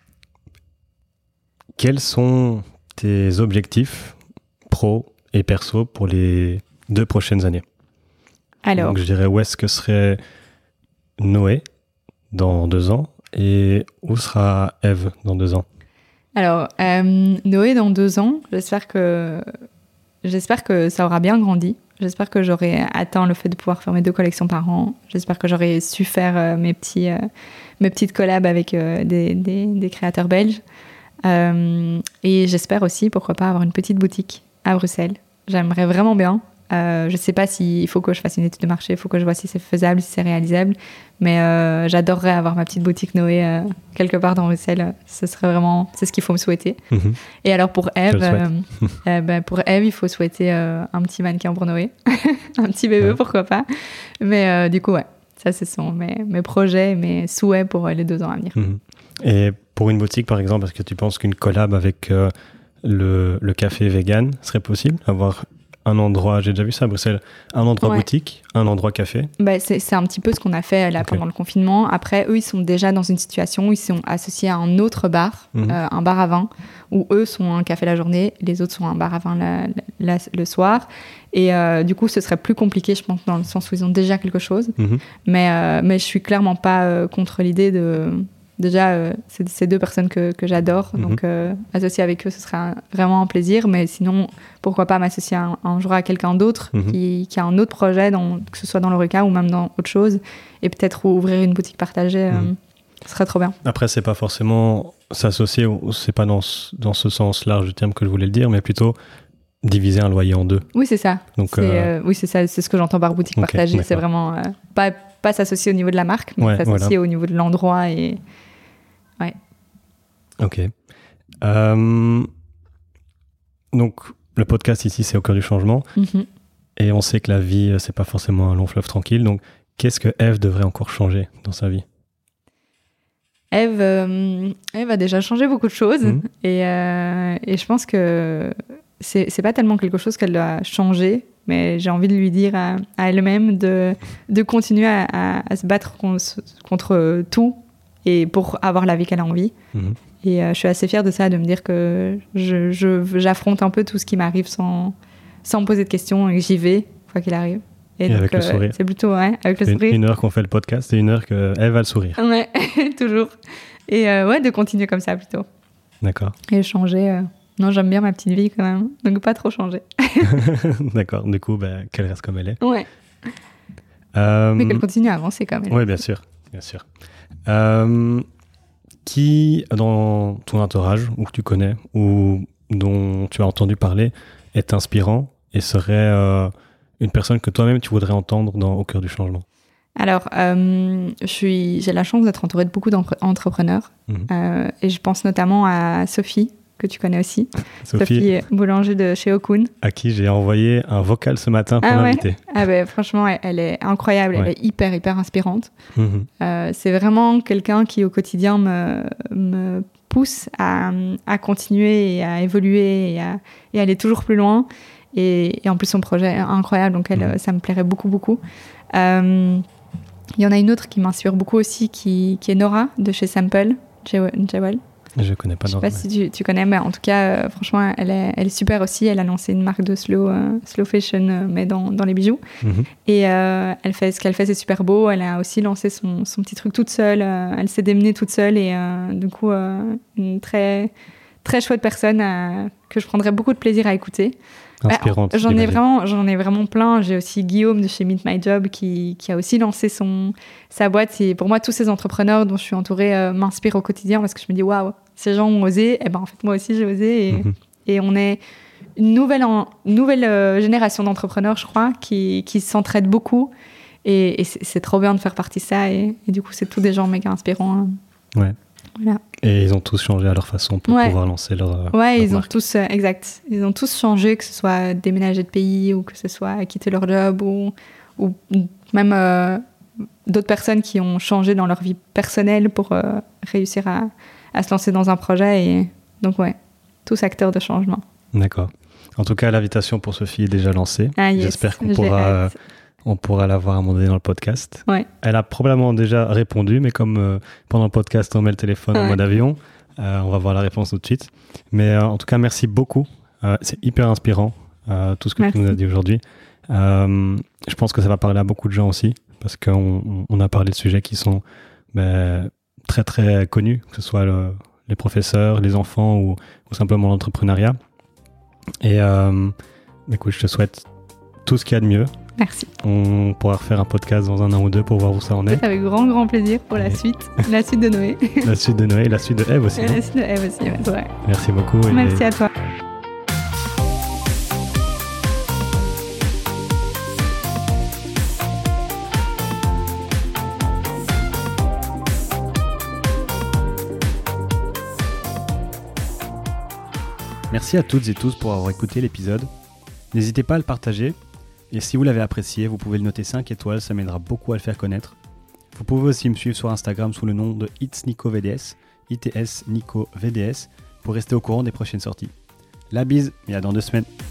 quels sont tes objectifs pro et perso pour les deux prochaines années? Alors, donc je dirais où est-ce que serait Noé dans deux ans et où sera Eve dans deux ans? Alors euh, Noé dans deux ans, j'espère que j'espère que ça aura bien grandi. J'espère que j'aurai atteint le fait de pouvoir faire mes deux collections par an. J'espère que j'aurai su faire euh, mes, petits, euh, mes petites collabs avec euh, des, des, des créateurs belges. Euh, et j'espère aussi, pourquoi pas, avoir une petite boutique à Bruxelles. J'aimerais vraiment bien. Euh, je ne sais pas s'il faut que je fasse une étude de marché, il faut que je vois si c'est faisable, si c'est réalisable. Mais euh, j'adorerais avoir ma petite boutique Noé euh, quelque part dans Bruxelles. Ce serait vraiment, c'est ce qu'il faut me souhaiter. Mmh. Et alors pour Eve, euh, euh, bah pour Eve, il faut souhaiter euh, un petit mannequin pour Noé, un petit bébé, ouais. Pourquoi pas. Mais euh, du coup, ouais, ça ce sont mes, mes projets, mes souhaits pour les deux ans à venir. Mmh. Et pour une boutique, par exemple, est-ce que tu penses qu'une collab avec euh, le, le café vegan serait possible? Avoir un endroit, j'ai déjà vu ça à Bruxelles, un endroit Ouais. boutique, un endroit café. Bah, c'est, c'est un petit peu ce qu'on a fait là Ok. pendant le confinement. Après, eux, ils sont déjà dans une situation où ils sont associés à un autre bar, Mhm. euh, un bar à vin, où eux sont un café la journée, les autres sont un bar à vin la- la- la- le soir. Et euh, du coup, ce serait plus compliqué, je pense, dans le sens où ils ont déjà quelque chose. Mhm. Mais, euh, mais je suis clairement pas euh, contre l'idée de... Déjà, euh, c'est ces deux personnes que, que j'adore, Mhm. donc euh, associer avec eux, ce serait un- vraiment un plaisir. Mais sinon, pourquoi pas m'associer un, un jour à quelqu'un d'autre Mhm. qui, qui a un autre projet, dans, que ce soit dans l'Oreca ou même dans autre chose, et peut-être ouvrir une boutique partagée, euh, Mhm. ce serait trop bien. Après, c'est pas forcément s'associer, ou- c'est pas dans ce, dans ce sens large du terme que je voulais le dire, mais plutôt diviser un loyer en deux. Oui, c'est ça. Donc, C'est, euh, euh, oui, c'est ça. C'est ce que j'entends par boutique Ok, partagée. C'est d'accord. vraiment euh, pas, pas s'associer au niveau de la marque, mais Ouais, s'associer voilà. au niveau de l'endroit et Ok. Euh, donc, le podcast ici, c'est au cœur du changement. Mhm. Et on sait que la vie, euh, c'est pas forcément un long fleuve tranquille. Donc, qu'est-ce que Eve devrait encore changer dans sa vie? Eve, euh, Eve a déjà changé beaucoup de choses Mhm. et, euh, et je pense que c'est, c'est pas tellement quelque chose qu'elle doit changer, mais j'ai envie de lui dire à, à elle-même de, de continuer à, à- à se battre contre, contre tout et pour avoir la vie qu'elle a envie. Mhm. Et euh, je suis assez fière de ça, de me dire que je, je- j'affronte un peu tout ce qui m'arrive sans, sans me poser de questions et que j'y vais, quoi qu'il arrive. Et avec le sourire. C'est plutôt, ouais, avec le C'est une, sourire. une heure qu'on fait le podcast et une heure que Eve a le sourire. Ouais, toujours. Et euh, ouais, de continuer comme ça plutôt. D'accord. Et changer. euh, Non, j'aime bien ma petite vie quand même. Donc pas trop changer. D'accord. Du coup, ben, qu'elle reste comme elle est. Ouais. Euh, Mais qu'elle continue à avancer quand même. Oui, bien sûr. Bien sûr. Euh, qui, dans ton entourage, ou que tu connais, ou dont tu as entendu parler, est inspirant et serait euh, une personne que toi-même tu voudrais entendre dans Au cœur du changement? Alors, euh, je suis, j'ai la chance d'être entourée de beaucoup d'entrepreneurs. Mhm. Euh, et je pense notamment à Sophie, que tu connais aussi. Sophie, Sophie Boulanger de chez Okun. à qui j'ai envoyé un vocal ce matin pour Ah ouais. l'inviter. Ah ben, franchement, elle, elle est incroyable. Ouais. Elle est hyper, hyper inspirante. Mhm. Euh, c'est vraiment quelqu'un qui, au quotidien, me, me pousse à, à continuer et à évoluer et à, et à aller toujours plus loin. Et, et en plus, son projet est incroyable, donc elle, Mhm. ça me plairait beaucoup, beaucoup. Euh, Il y en a une autre qui m'inspire beaucoup aussi, qui, qui est Nora, de chez Sample, Jewel. Je connais pas. Je sais non, pas mais- si tu, tu connais, mais en tout cas, euh, franchement, elle est, elle est super aussi. Elle a lancé une marque de slow, euh, slow fashion, euh, mais dans, dans les bijoux. Mhm. Et euh, elle fait, ce qu'elle fait, c'est super beau. Elle a aussi lancé son, son petit truc toute seule. Euh, elle s'est démenée toute seule. Et euh, du coup, euh, une très, très chouette personne euh, que je prendrais beaucoup de plaisir à écouter. Inspirante. Bah, j'en, ai j'imagine. vraiment, j'en ai vraiment plein. J'ai aussi Guillaume de chez Meet My Job qui, qui a aussi lancé son, sa boîte. Et pour moi, tous ces entrepreneurs dont je suis entourée euh, m'inspirent au quotidien parce que je me dis, waouh, ces gens ont osé. Et ben, en fait, moi aussi, j'ai osé. Et, Mhm. et on est une nouvelle, en, nouvelle euh, génération d'entrepreneurs, je crois, qui, qui s'entraident beaucoup. Et, et c'est, c'est trop bien de faire partie de ça. Et, et du coup, c'est tous des gens méga inspirants. hein. Ouais. Voilà. Et ils ont tous changé à leur façon pour Ouais. pouvoir lancer leur. euh, Ouais, leur ils ont marque. tous, euh, exact. Ils ont tous changé, que ce soit déménager de pays ou que ce soit quitter leur job ou, ou même euh, d'autres personnes qui ont changé dans leur vie personnelle pour euh, réussir à, à se lancer dans un projet. Et donc, ouais, tous acteurs de changement. D'accord. En tout cas, l'invitation pour Sophie est déjà lancée. Ah, yes, J'espère qu'on j'ai pourra, euh, hâte. on pourra la voir à un moment donné dans le podcast. Ouais. Elle a probablement déjà répondu, mais comme euh, pendant le podcast, on met le téléphone en Ouais. mode avion, euh, on va voir la réponse tout de suite. Mais euh, en tout cas, merci beaucoup. Euh, c'est hyper inspirant, euh, tout ce que Merci. tu nous as dit aujourd'hui. Euh, je pense que ça va parler à beaucoup de gens aussi, parce qu'on on- on a parlé de sujets qui sont ben, très, très connus, que ce soit le- les professeurs, les enfants ou, ou simplement l'entrepreneuriat. Et euh, écoute, je te souhaite tout ce qu'il y a de mieux. Merci. On pourra refaire un podcast dans un an ou deux pour voir où ça en est. Avec grand, grand plaisir pour la Et- suite. La suite de Noé. La suite de Noé, la suite de Eve aussi. Et non la suite de Eve aussi, ouais, c'est vrai. Merci beaucoup. et- Merci à toi. Merci à toutes et tous pour avoir écouté l'épisode. N'hésitez pas à le partager. Et si vous l'avez apprécié, vous pouvez le noter cinq étoiles, ça m'aidera beaucoup à le faire connaître. Vous pouvez aussi me suivre sur Instagram sous le nom de It's Nico V D S, I T S Nico V D S, pour rester au courant des prochaines sorties. La bise et à dans deux semaines.